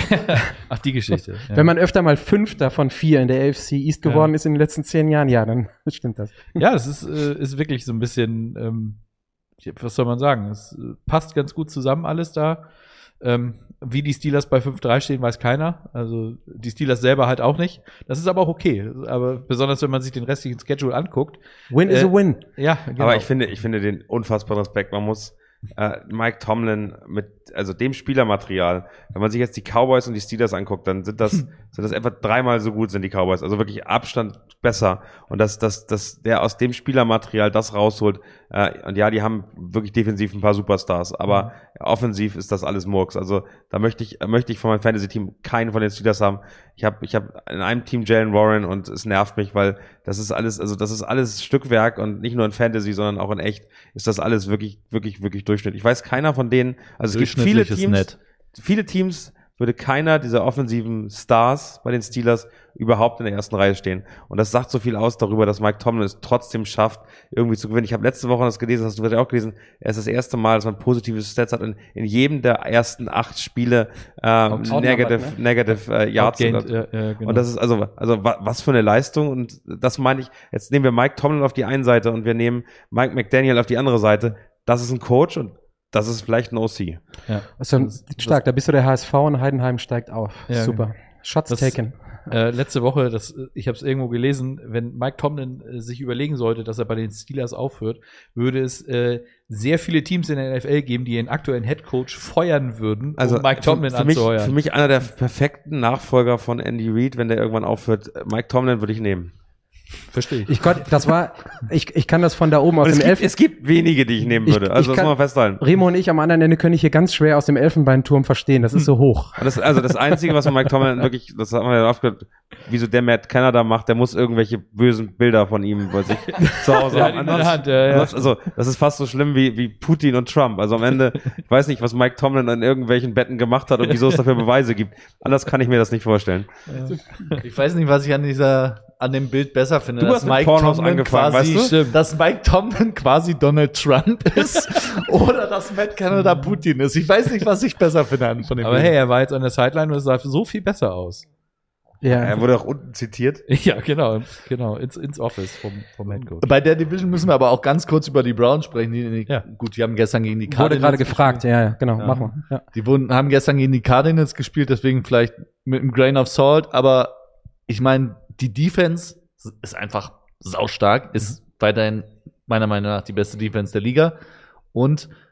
Ach, die Geschichte. Ja.
Wenn man öfter mal Fünfter von vier in der A F C East geworden ja. ist in den letzten zehn Jahren, ja, dann stimmt das.
Ja, das ist, äh, ist wirklich so ein bisschen, ähm, was soll man sagen? Es äh, passt ganz gut zusammen alles da. Ähm, wie die Steelers bei fünf drei stehen, weiß keiner. Also die Steelers selber halt auch nicht. Das ist aber auch okay. Aber besonders, wenn man sich den restlichen Schedule anguckt.
Win
äh,
is a win.
Ja, genau.
Aber ich finde, ich finde den unfassbaren Respekt. Man muss äh, Mike Tomlin mit, also dem Spielermaterial, wenn man sich jetzt die Cowboys und die Steelers anguckt, dann sind das, sind das etwa dreimal so gut sind die Cowboys. Also wirklich Abstand besser. Und dass, dass, dass der aus dem Spielermaterial das rausholt. Äh, und ja, die haben wirklich defensiv ein paar Superstars, aber mhm. offensiv ist das alles Murks. Also da möchte ich, möchte ich von meinem Fantasy-Team keinen von den Steelers haben. Ich habe, ich habe in einem Team Jalen Warren und es nervt mich, weil das ist alles, also das ist alles Stückwerk und nicht nur in Fantasy, sondern auch in echt ist das alles wirklich, wirklich, wirklich Durchschnitt. Ich weiß keiner von denen, also es gibt viele Teams, nett. viele Teams würde keiner dieser offensiven Stars bei den Steelers überhaupt in der ersten Reihe stehen. Und das sagt so viel aus darüber, dass Mike Tomlin es trotzdem schafft, irgendwie zu gewinnen. Ich habe letzte Woche das gelesen, hast du vielleicht auch gelesen, er ist das erste Mal, dass man positive Stats hat in, in jedem der ersten acht Spiele ähm, negative, ne? negative äh, Yards.
Ja, ja, genau.
Und das ist also, also was für eine Leistung. Und das meine ich, jetzt nehmen wir Mike Tomlin auf die eine Seite und wir nehmen Mike McDaniel auf die andere Seite. Das ist ein Coach und das ist vielleicht ein O C.
Ja. Also, das, stark, da bist du der H S V und Heidenheim steigt auf. Ja, super. Genau. Shots das, taken.
Äh, letzte Woche, das, ich habe es irgendwo gelesen, wenn Mike Tomlin äh, sich überlegen sollte, dass er bei den Steelers aufhört, würde es äh, sehr viele Teams in der N F L geben, die ihren aktuellen Headcoach feuern würden, um
also
Mike Tomlin
für, für mich,
anzuheuern.
Für mich einer der perfekten Nachfolger von Andy Reid, wenn der irgendwann aufhört. Mike Tomlin würde ich nehmen.
Verstehe ich.
Ich, Gott, das war, ich, ich kann das von da oben aus
und
dem
es, gibt, es gibt wenige, die ich nehmen würde.
Ich,
also
ich
das
kann,
muss man festhalten.
Remo und ich am anderen Ende können ich hier ganz schwer aus dem Elfenbeinturm verstehen. Das ist so hoch.
Das, also das Einzige, was man Mike Tomlin wirklich, das haben wir ja aufgehört, wieso der Matt Canada macht, der muss irgendwelche bösen Bilder von ihm bei sich zu Hause haben. Ansonsten, Hand, ja, ja. Also das ist fast so schlimm wie, wie Putin und Trump. Also am Ende, ich weiß nicht, was Mike Tomlin an irgendwelchen Betten gemacht hat und wieso es dafür Beweise gibt. Anders kann ich mir das nicht vorstellen.
Ja. Ich weiß nicht, was ich an dieser an dem Bild besser finde,
du
dass
hast
Mike
Pornos
Tomlin
angefangen,
quasi,
weißt du?
dass Mike Tomlin quasi Donald Trump ist oder dass Matt Canada Putin ist. Ich weiß nicht, was ich besser finde von dem
Aber
Bild.
hey, er war jetzt an der Sideline und es sah so viel besser aus.
Ja, er wurde auch unten zitiert.
Ja, genau, genau, ins, ins Office vom, vom Headcoach.
Bei der Division müssen wir aber auch ganz kurz über die Browns sprechen. Die, die,
ja.
Gut, die haben gestern gegen die Cardinals
Wurde gerade gefragt, ja, ja, genau,
ja.
machen wir. Ja.
Die wurden, haben gestern gegen die Cardinals gespielt, deswegen vielleicht mit einem Grain of Salt, aber ich meine, die Defense ist einfach saustark, ist weiterhin meiner Meinung nach die beste Defense der Liga. Und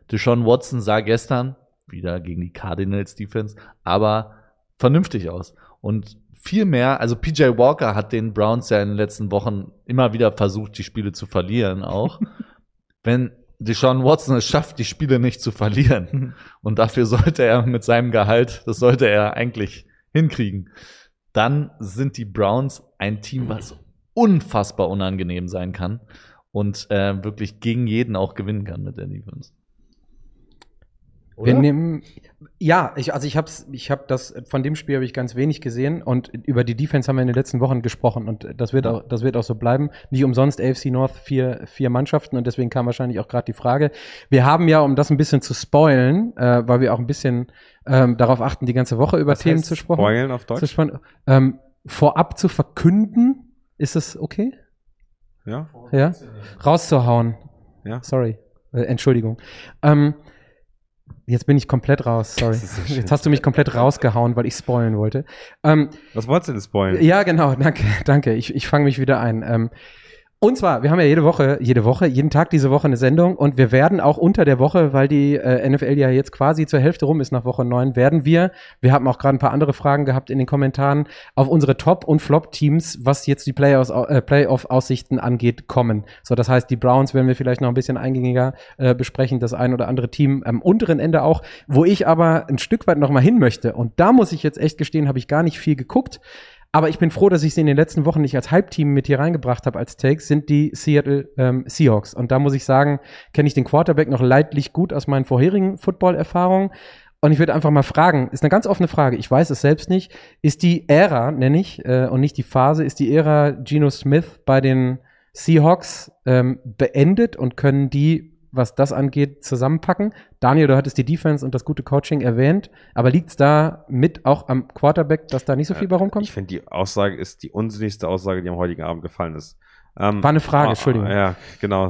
Deshaun Watson sah gestern, wieder gegen die Cardinals Defense, aber vernünftig aus. Und viel mehr, also P J Walker hat den Browns ja in den letzten Wochen immer wieder versucht, die Spiele zu verlieren auch. Wenn Deshaun Watson es schafft, die Spiele nicht zu verlieren, und dafür sollte er mit seinem Gehalt, das sollte er eigentlich hinkriegen, dann sind die Browns ein Team, was unfassbar unangenehm sein kann und äh, wirklich gegen jeden auch gewinnen kann mit der Defense.
Oder? Wir nehmen, ja, ich, also ich hab's, ich hab das, von dem Spiel habe ich ganz wenig gesehen und über die Defense haben wir in den letzten Wochen gesprochen und das wird auch, das wird auch so bleiben. Nicht umsonst A F C North vier, vier Mannschaften und deswegen kam wahrscheinlich auch gerade die Frage. Wir haben ja, um das ein bisschen zu spoilen, äh, weil wir auch ein bisschen ähm, darauf achten, die ganze Woche über
Was
Themen
heißt
zu sprechen.
Spoilen auf Deutsch?
Zu sprechen, ähm, vorab zu verkünden, ist das okay?
Ja.
Ja? Rauszuhauen.
Ja.
Sorry. Äh, Entschuldigung. Ähm, Jetzt bin ich komplett raus, sorry.
So
Jetzt hast du mich komplett rausgehauen, weil ich spoilen wollte. Ähm,
Was wolltest du denn spoilen?
Ja, genau, danke, danke. Ich, ich fange mich wieder ein. Ähm, und zwar, wir haben ja jede Woche, jede Woche, jeden Tag diese Woche eine Sendung und wir werden auch unter der Woche, weil die äh, N F L ja jetzt quasi zur Hälfte rum ist nach Woche neun, werden wir, wir haben auch gerade ein paar andere Fragen gehabt in den Kommentaren, auf unsere Top- und Flop-Teams, was jetzt die Playoffs, äh, Playoff-Aussichten angeht, kommen. So, das heißt, die Browns werden wir vielleicht noch ein bisschen eingängiger äh, besprechen, das ein oder andere Team am unteren Ende auch, wo ich aber ein Stück weit noch mal hin möchte. Und da muss ich jetzt echt gestehen, habe ich gar nicht viel geguckt. Aber ich bin froh, dass ich sie in den letzten Wochen nicht als Hype-Team mit hier reingebracht habe als Takes, sind die Seattle ähm, Seahawks. Und da muss ich sagen, kenne ich den Quarterback noch leidlich gut aus meinen vorherigen Football-Erfahrungen. Und ich würde einfach mal fragen, ist eine ganz offene Frage, ich weiß es selbst nicht, ist die Ära, nenne ich, äh, und nicht die Phase, ist die Ära Geno Smith bei den Seahawks ähm, beendet und können die, was das angeht, zusammenpacken? Daniel, du hattest die Defense und das gute Coaching erwähnt, aber liegt es da mit auch am Quarterback, dass da nicht so viel bei rumkommt?
Ich finde, die Aussage ist die unsinnigste Aussage, die am heutigen Abend gefallen ist. Ähm,
War eine Frage,
ah,
Entschuldigung.
Ja, genau.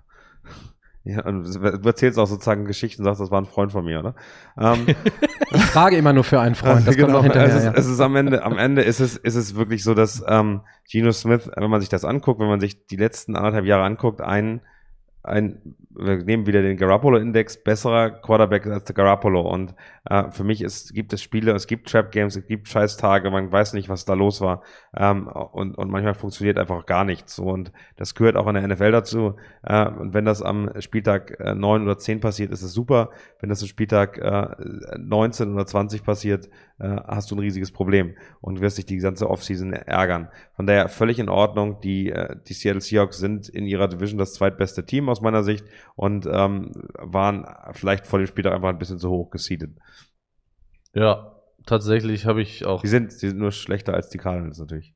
Ja, und du erzählst auch sozusagen Geschichten, sagst, das war ein Freund von mir, oder? Ähm,
ich frage immer nur für einen Freund, das
genau,
kommt auch hinterher.
Es ist,
ja.
es ist am Ende, am Ende ist es, ist es wirklich so, dass ähm, Geno Smith, wenn man sich das anguckt, wenn man sich die letzten anderthalb Jahre anguckt, ein ein, wir nehmen wieder den Garoppolo-Index, besserer Quarterback als der Garoppolo. Und äh, für mich ist, gibt es Spiele, es gibt Trap-Games, es gibt Scheißtage, man weiß nicht, was da los war. Ähm, und, und manchmal funktioniert einfach gar nichts. So, und das gehört auch in der N F L dazu. Äh, und wenn das am Spieltag äh, neun oder zehn passiert, ist es super. Wenn das am Spieltag äh, neunzehn oder zwanzig passiert, äh, hast du ein riesiges Problem und wirst dich die ganze Offseason ärgern. Von daher völlig in Ordnung. Die, äh, die Seattle Seahawks sind in ihrer Division das zweitbeste Team aus meiner Sicht und ähm, waren vielleicht vor dem Spieltag einfach ein bisschen zu hoch gesiedet.
Ja, tatsächlich habe ich auch.
Die sind, die sind nur schlechter als die Cardinals natürlich.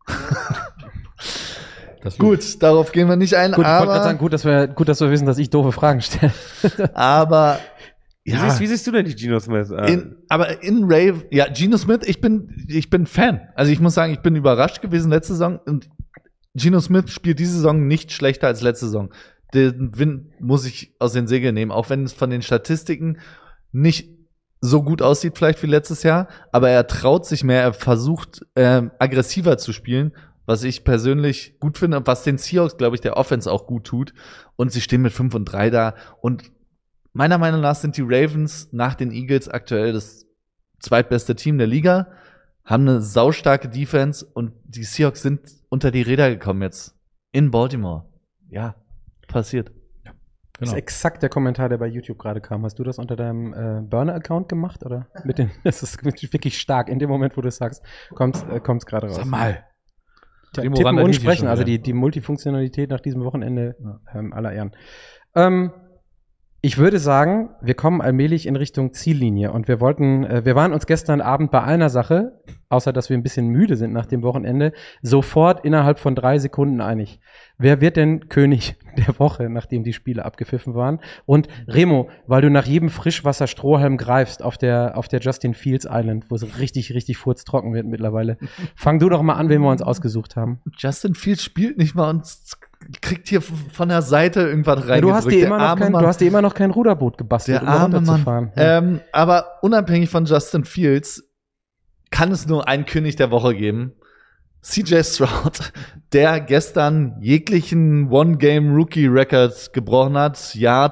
Das gut, darauf gehen wir nicht ein.
Gut,
aber
ich wollte gerade sagen, gut, dass wir, gut, dass wir wissen, dass ich doofe Fragen stelle.
aber
Wie,
ja,
siehst, wie siehst du denn die Geno Smith? Äh,
in, aber in Rave, ja, Geno Smith, ich bin, ich bin Fan. Also ich muss sagen, ich bin überrascht gewesen letzte Saison und Geno Smith spielt diese Saison nicht schlechter als letzte Saison. Den Wind muss ich aus den Segeln nehmen, auch wenn es von den Statistiken nicht so gut aussieht vielleicht wie letztes Jahr, aber er traut sich mehr, er versucht ähm, aggressiver zu spielen, was ich persönlich gut finde und was den Seahawks, glaube ich, der Offense auch gut tut. Und sie stehen mit fünf und drei da und meiner Meinung nach sind die Ravens nach den Eagles aktuell das zweitbeste Team der Liga, haben eine saustarke Defense und die Seahawks sind unter die Räder gekommen jetzt in Baltimore. Ja, passiert.
Ja, das ist exakt der Kommentar, der bei YouTube gerade kam. Hast du das unter deinem äh, Burner-Account gemacht? Oder mit den, das ist wirklich stark. In dem Moment, wo du es sagst, kommt es äh, gerade raus.
Sag mal.
Ja, tippen und sprechen, also die, die Multifunktionalität nach diesem Wochenende ähm, aller Ehren. Ähm, Ich würde sagen, wir kommen allmählich in Richtung Ziellinie und wir wollten, äh, wir waren uns gestern Abend bei einer Sache, außer dass wir ein bisschen müde sind nach dem Wochenende, sofort innerhalb von drei Sekunden einig. Wer wird denn König der Woche, nachdem die Spiele abgepfiffen waren? Und Remo, weil du nach jedem Frischwasser-Strohhalm greifst auf der, auf der Justin Fields Island, wo es richtig, richtig furztrocken wird mittlerweile, fang du doch mal an, wen wir uns ausgesucht haben.
Justin Fields spielt nicht mal und kriegt hier von der Seite irgendwas rein.
Ja, du, hast dir immer noch kein, du hast dir immer noch kein Ruderboot gebastelt,
der arme
um runterzufahren.
Ja. Ähm, aber unabhängig von Justin Fields kann es nur einen König der Woche geben. C J Stroud, der gestern jeglichen One-Game-Rookie-Record gebrochen hat. Yards,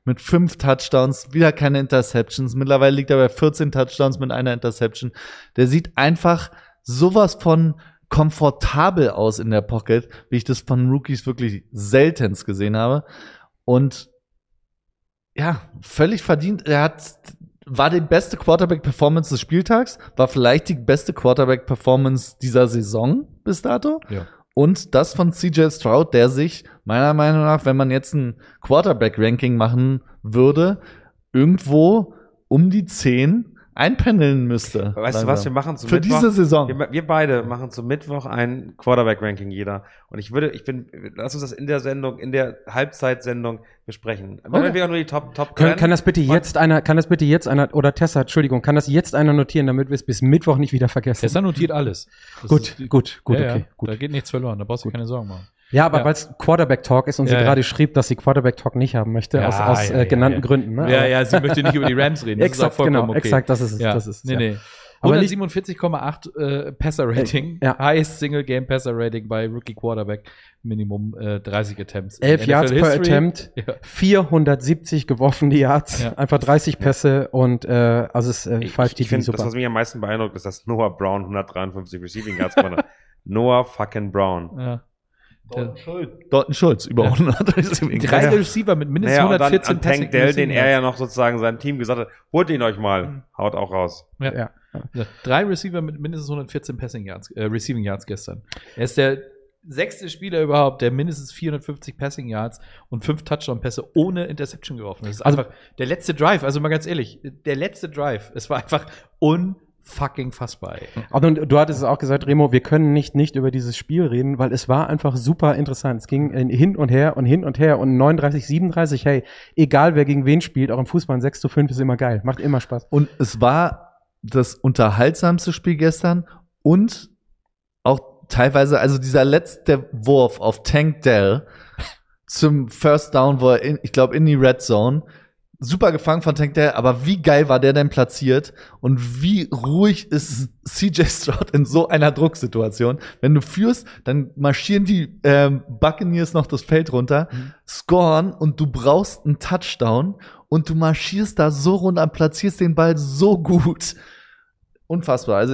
mit fünf Touchdowns, wieder keine Interceptions. Mittlerweile liegt er bei vierzehn Touchdowns mit einer Interception. Der sieht einfach sowas von komfortabel aus in der Pocket, wie ich das von Rookies wirklich seltenst gesehen habe. Und ja, völlig verdient. Er hat war die beste Quarterback-Performance des Spieltags, war vielleicht die beste Quarterback-Performance dieser Saison bis dato.
Ja.
Und das von C J Stroud, der sich meiner Meinung nach, wenn man jetzt ein Quarterback-Ranking machen würde, irgendwo um die zehn einpendeln müsste.
Weißt du was, wir machen zum
Für
Mittwoch,
diese Saison.
Wir, wir beide machen zum Mittwoch ein Quarterback-Ranking jeder. Und ich würde, ich bin, lass uns das in der Sendung, in der Halbzeitsendung besprechen. Okay. Wir nur die Top, Top
Kann, kann das bitte jetzt einer, kann das bitte jetzt einer, oder Tessa, Entschuldigung, kann das jetzt einer notieren, damit wir es bis Mittwoch nicht wieder vergessen?
Tessa notiert alles. Das
gut,
ist,
gut, gut,
ja,
okay,
ja,
gut.
Da geht nichts verloren, da brauchst du keine Sorgen machen.
Ja, aber
Ja.
weil es Quarterback-Talk ist und sie
Ja, ja.
gerade schrieb, dass sie Quarterback-Talk nicht haben möchte,
Ja,
aus, aus
ja,
äh,
ja,
genannten
ja.
Gründen. Ne?
Ja,
Aber-
ja, sie möchte nicht über die Rams reden. Das
Exakt,
ist auch vollkommen
genau,
okay.
exakt, das ist es,
Ja.
das ist es,
Nee,
ja.
nee.
Aber nicht-
hundertsiebenundvierzig Komma acht äh, Passer-Rating.
Ja.
Highest Single-Game-Passer-Rating bei Rookie Quarterback. Minimum äh, dreißig Attempts. in
Elf
N F L
Yards per
History.
Attempt,
Ja.
vierhundertsiebzig geworfene Yards,
Ja.
einfach dreißig Pässe und äh, also es ist äh,
Ich,
fünf
ich
T D
finde, das,
super.
was mich am meisten beeindruckt, ist, dass Noah Brown hundertdreiundfünfzig Receiving Yards gewonnen hat. Noah fucking Brown.
Ja.
Dalton Schultz. Dalton Schultz, über
Ja.
hundert Receiving.
Drei
Ja.
Receiver mit mindestens
Naja, und dann
hundertvierzehn
an Tank
Passing
Dell, den
Receiving
er ja
Yards.
noch sozusagen seinem Team gesagt hat, holt ihn euch mal, haut auch raus.
Ja.
Ja.
Ja. Drei Receiver mit mindestens hundertvierzehn Passing Yards, äh, Receiving Yards gestern. Er ist der sechste Spieler überhaupt, der mindestens vierhundertfünfzig Passing Yards und fünf Touchdown-Pässe ohne Interception geworfen hat. Das ist
Also-
einfach der letzte Drive, also mal ganz ehrlich, der letzte Drive, es war einfach unfucking fassbar, ey.
Aber und du hattest es auch gesagt, Remo, wir können nicht nicht über dieses Spiel reden, weil es war einfach super interessant. Es ging in, hin und her und hin und her und neununddreißig, siebenunddreißig, hey, egal wer gegen wen spielt, auch im Fußball ein sechs zu fünf ist immer geil, macht immer Spaß.
Und es war das unterhaltsamste Spiel gestern und auch teilweise, also dieser letzte Wurf auf Tank Dell zum First Down, wo er, in, ich glaube, in die Red Zone, super gefangen von Tank Dell, aber wie geil war der denn platziert und wie ruhig ist C J Stroud in so einer Drucksituation? Wenn du führst, dann marschieren die ähm, Buccaneers noch das Feld runter,
Mhm.
scoren und du brauchst einen Touchdown und du marschierst da so runter, platzierst den Ball so gut. Unfassbar. Also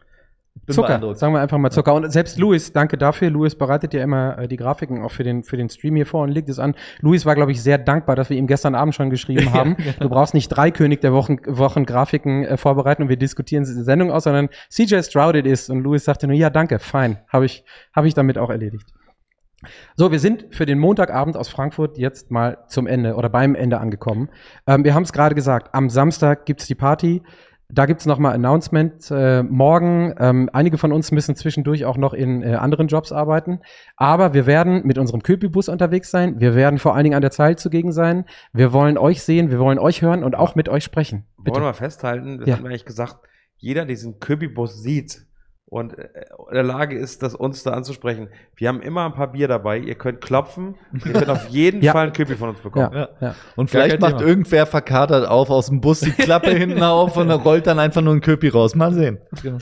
bin
Zucker,
beeindruckt.
sagen wir einfach mal Zucker. Und selbst Luis, danke dafür. Luis bereitet ja immer äh, die Grafiken auch für den, für den Stream hier vor und legt es an. Luis war, glaube ich, sehr dankbar, dass wir ihm gestern Abend schon geschrieben haben. Du brauchst nicht drei König der Wochen, Wochen Grafiken äh, vorbereiten und wir diskutieren diese Sendung aus, sondern C J Stroud it ist. Und Luis sagte nur, ja, danke, fein. Habe ich, habe ich damit auch erledigt. So, wir sind für den Montagabend aus Frankfurt jetzt mal zum Ende oder beim Ende angekommen. Ähm, wir haben es gerade gesagt, am Samstag gibt's die Party. Da gibt's noch mal Announcement äh, morgen. Ähm, einige von uns müssen zwischendurch auch noch in äh, anderen Jobs arbeiten. Aber wir werden mit unserem Köpi-Bus unterwegs sein. Wir werden vor allen Dingen an der Zeit zugegen sein. Wir wollen euch sehen, wir wollen euch hören und auch mit euch sprechen.
Wollen wir mal festhalten, das
Ja.
haben wir eigentlich gesagt, jeder, der diesen Köbi-Bus sieht und äh, in der Lage ist, das uns da anzusprechen, wir haben immer ein paar Bier dabei, ihr könnt klopfen, ihr könnt auf jeden
Ja.
Fall ein Köpi von uns bekommen.
Ja, ja.
Und
Gar
vielleicht
kein
macht
Thema.
irgendwer verkatert auf aus dem Bus die Klappe hinten auf und dann rollt dann einfach nur ein Köpi raus. Mal sehen.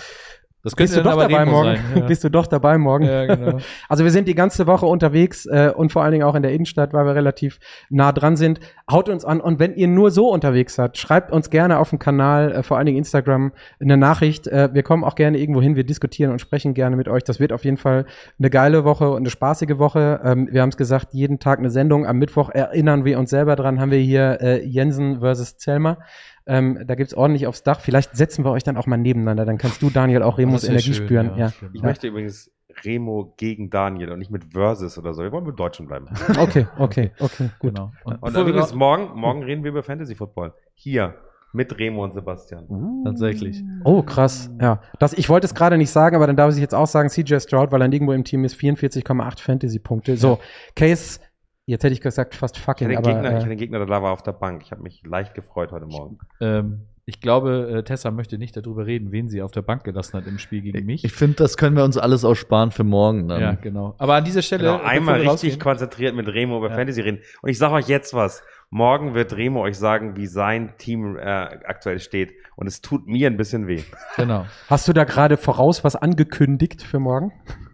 Das
Bist du
könnte
doch
dann aber
dabei
Remo
morgen?
sein. Ja.
Bist du doch dabei morgen?
Ja, genau.
Also wir sind die ganze Woche unterwegs äh, und vor allen Dingen auch in der Innenstadt, weil wir relativ nah dran sind. Haut uns an und wenn ihr nur so unterwegs seid, schreibt uns gerne auf dem Kanal, äh, vor allen Dingen Instagram, eine Nachricht. Äh, wir kommen auch gerne irgendwo hin, wir diskutieren und sprechen gerne mit euch. Das wird auf jeden Fall eine geile Woche und eine spaßige Woche. Ähm, wir haben es gesagt, jeden Tag eine Sendung. Am Mittwoch erinnern wir uns selber dran, haben wir hier äh, Jensen versus Zellmer. Ähm, da gibt's ordentlich aufs Dach. Vielleicht setzen wir euch dann auch mal nebeneinander. Dann kannst du, Daniel, auch Remos
Das wär
Energie
schön,
spüren.
ja,
Ja.
stimmt.
Ich
Ja.
möchte übrigens Remo gegen Daniel und nicht mit Versus oder so. Wir wollen mit Deutschen bleiben.
Okay, okay, okay, gut.
Genau. Und
Und
bevor wir
übrigens,
raus-
morgen, morgen reden wir über Fantasy Football. Hier, mit Remo und Sebastian.
Tatsächlich.
Oh, krass. Ja. Das, ich wollte es gerade nicht sagen, aber dann darf ich jetzt auch sagen, C J Stroud, weil er irgendwo im Team ist, vierundvierzig Komma acht Fantasy-Punkte. So, Case, jetzt hätte ich gesagt, fast
Ich
fucking,
hatte, den
aber
Gegner, ich hatte
äh,
den Gegner, der war auf der Bank. Ich habe mich leicht gefreut heute Morgen.
Ähm, ich glaube, äh, Tessa möchte nicht darüber reden, wen sie auf der Bank gelassen hat im Spiel gegen mich.
Ich finde, das können wir uns alles aussparen für morgen dann.
ja, genau. Aber an dieser Stelle.
Genau,
bevor
einmal
wir
richtig
rausgehen-
konzentriert mit Remo über
Ja.
Fantasy reden. Und ich sage euch jetzt was. Morgen wird Remo euch sagen, wie sein Team äh, aktuell steht. Und es tut mir ein bisschen weh.
Genau.
hast du da gerade voraus was angekündigt für morgen?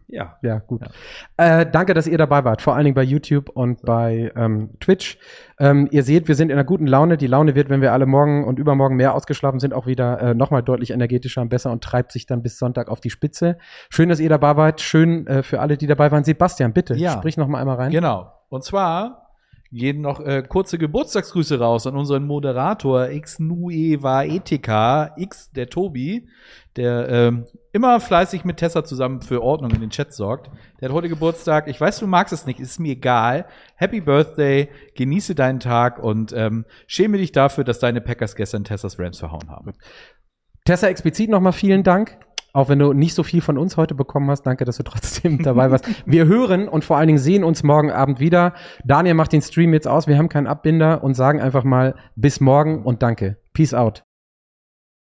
Ja.
Ja, gut. Ja. Äh, danke, dass ihr dabei wart, vor allen Dingen bei YouTube und bei ähm, Twitch. Ähm, ihr seht, wir sind in einer guten Laune. Die Laune wird, wenn wir alle morgen und übermorgen mehr ausgeschlafen sind, auch wieder äh, nochmal deutlich energetischer und besser und treibt sich dann bis Sonntag auf die Spitze. Schön, dass ihr dabei wart. Schön äh, für alle, die dabei waren. Sebastian, bitte,
Ja.
sprich noch mal einmal rein.
Genau. Und zwar gehen noch äh, kurze Geburtstagsgrüße raus an unseren Moderator X Nueva Etika, X, der Tobi, der ähm, immer fleißig mit Tessa zusammen für Ordnung in den Chat sorgt. Der hat heute Geburtstag. Ich weiß, du magst es nicht, ist mir egal. Happy Birthday, genieße deinen Tag und ähm, schäme dich dafür, dass deine Packers gestern Tessas Rams verhauen haben.
Tessa, explizit noch mal vielen Dank. Auch wenn du nicht so viel von uns heute bekommen hast, danke, dass du trotzdem dabei warst. Wir hören und vor allen Dingen sehen uns morgen Abend wieder. Daniel macht den Stream jetzt aus, wir haben keinen Abbinder und sagen einfach mal bis morgen und danke. Peace out.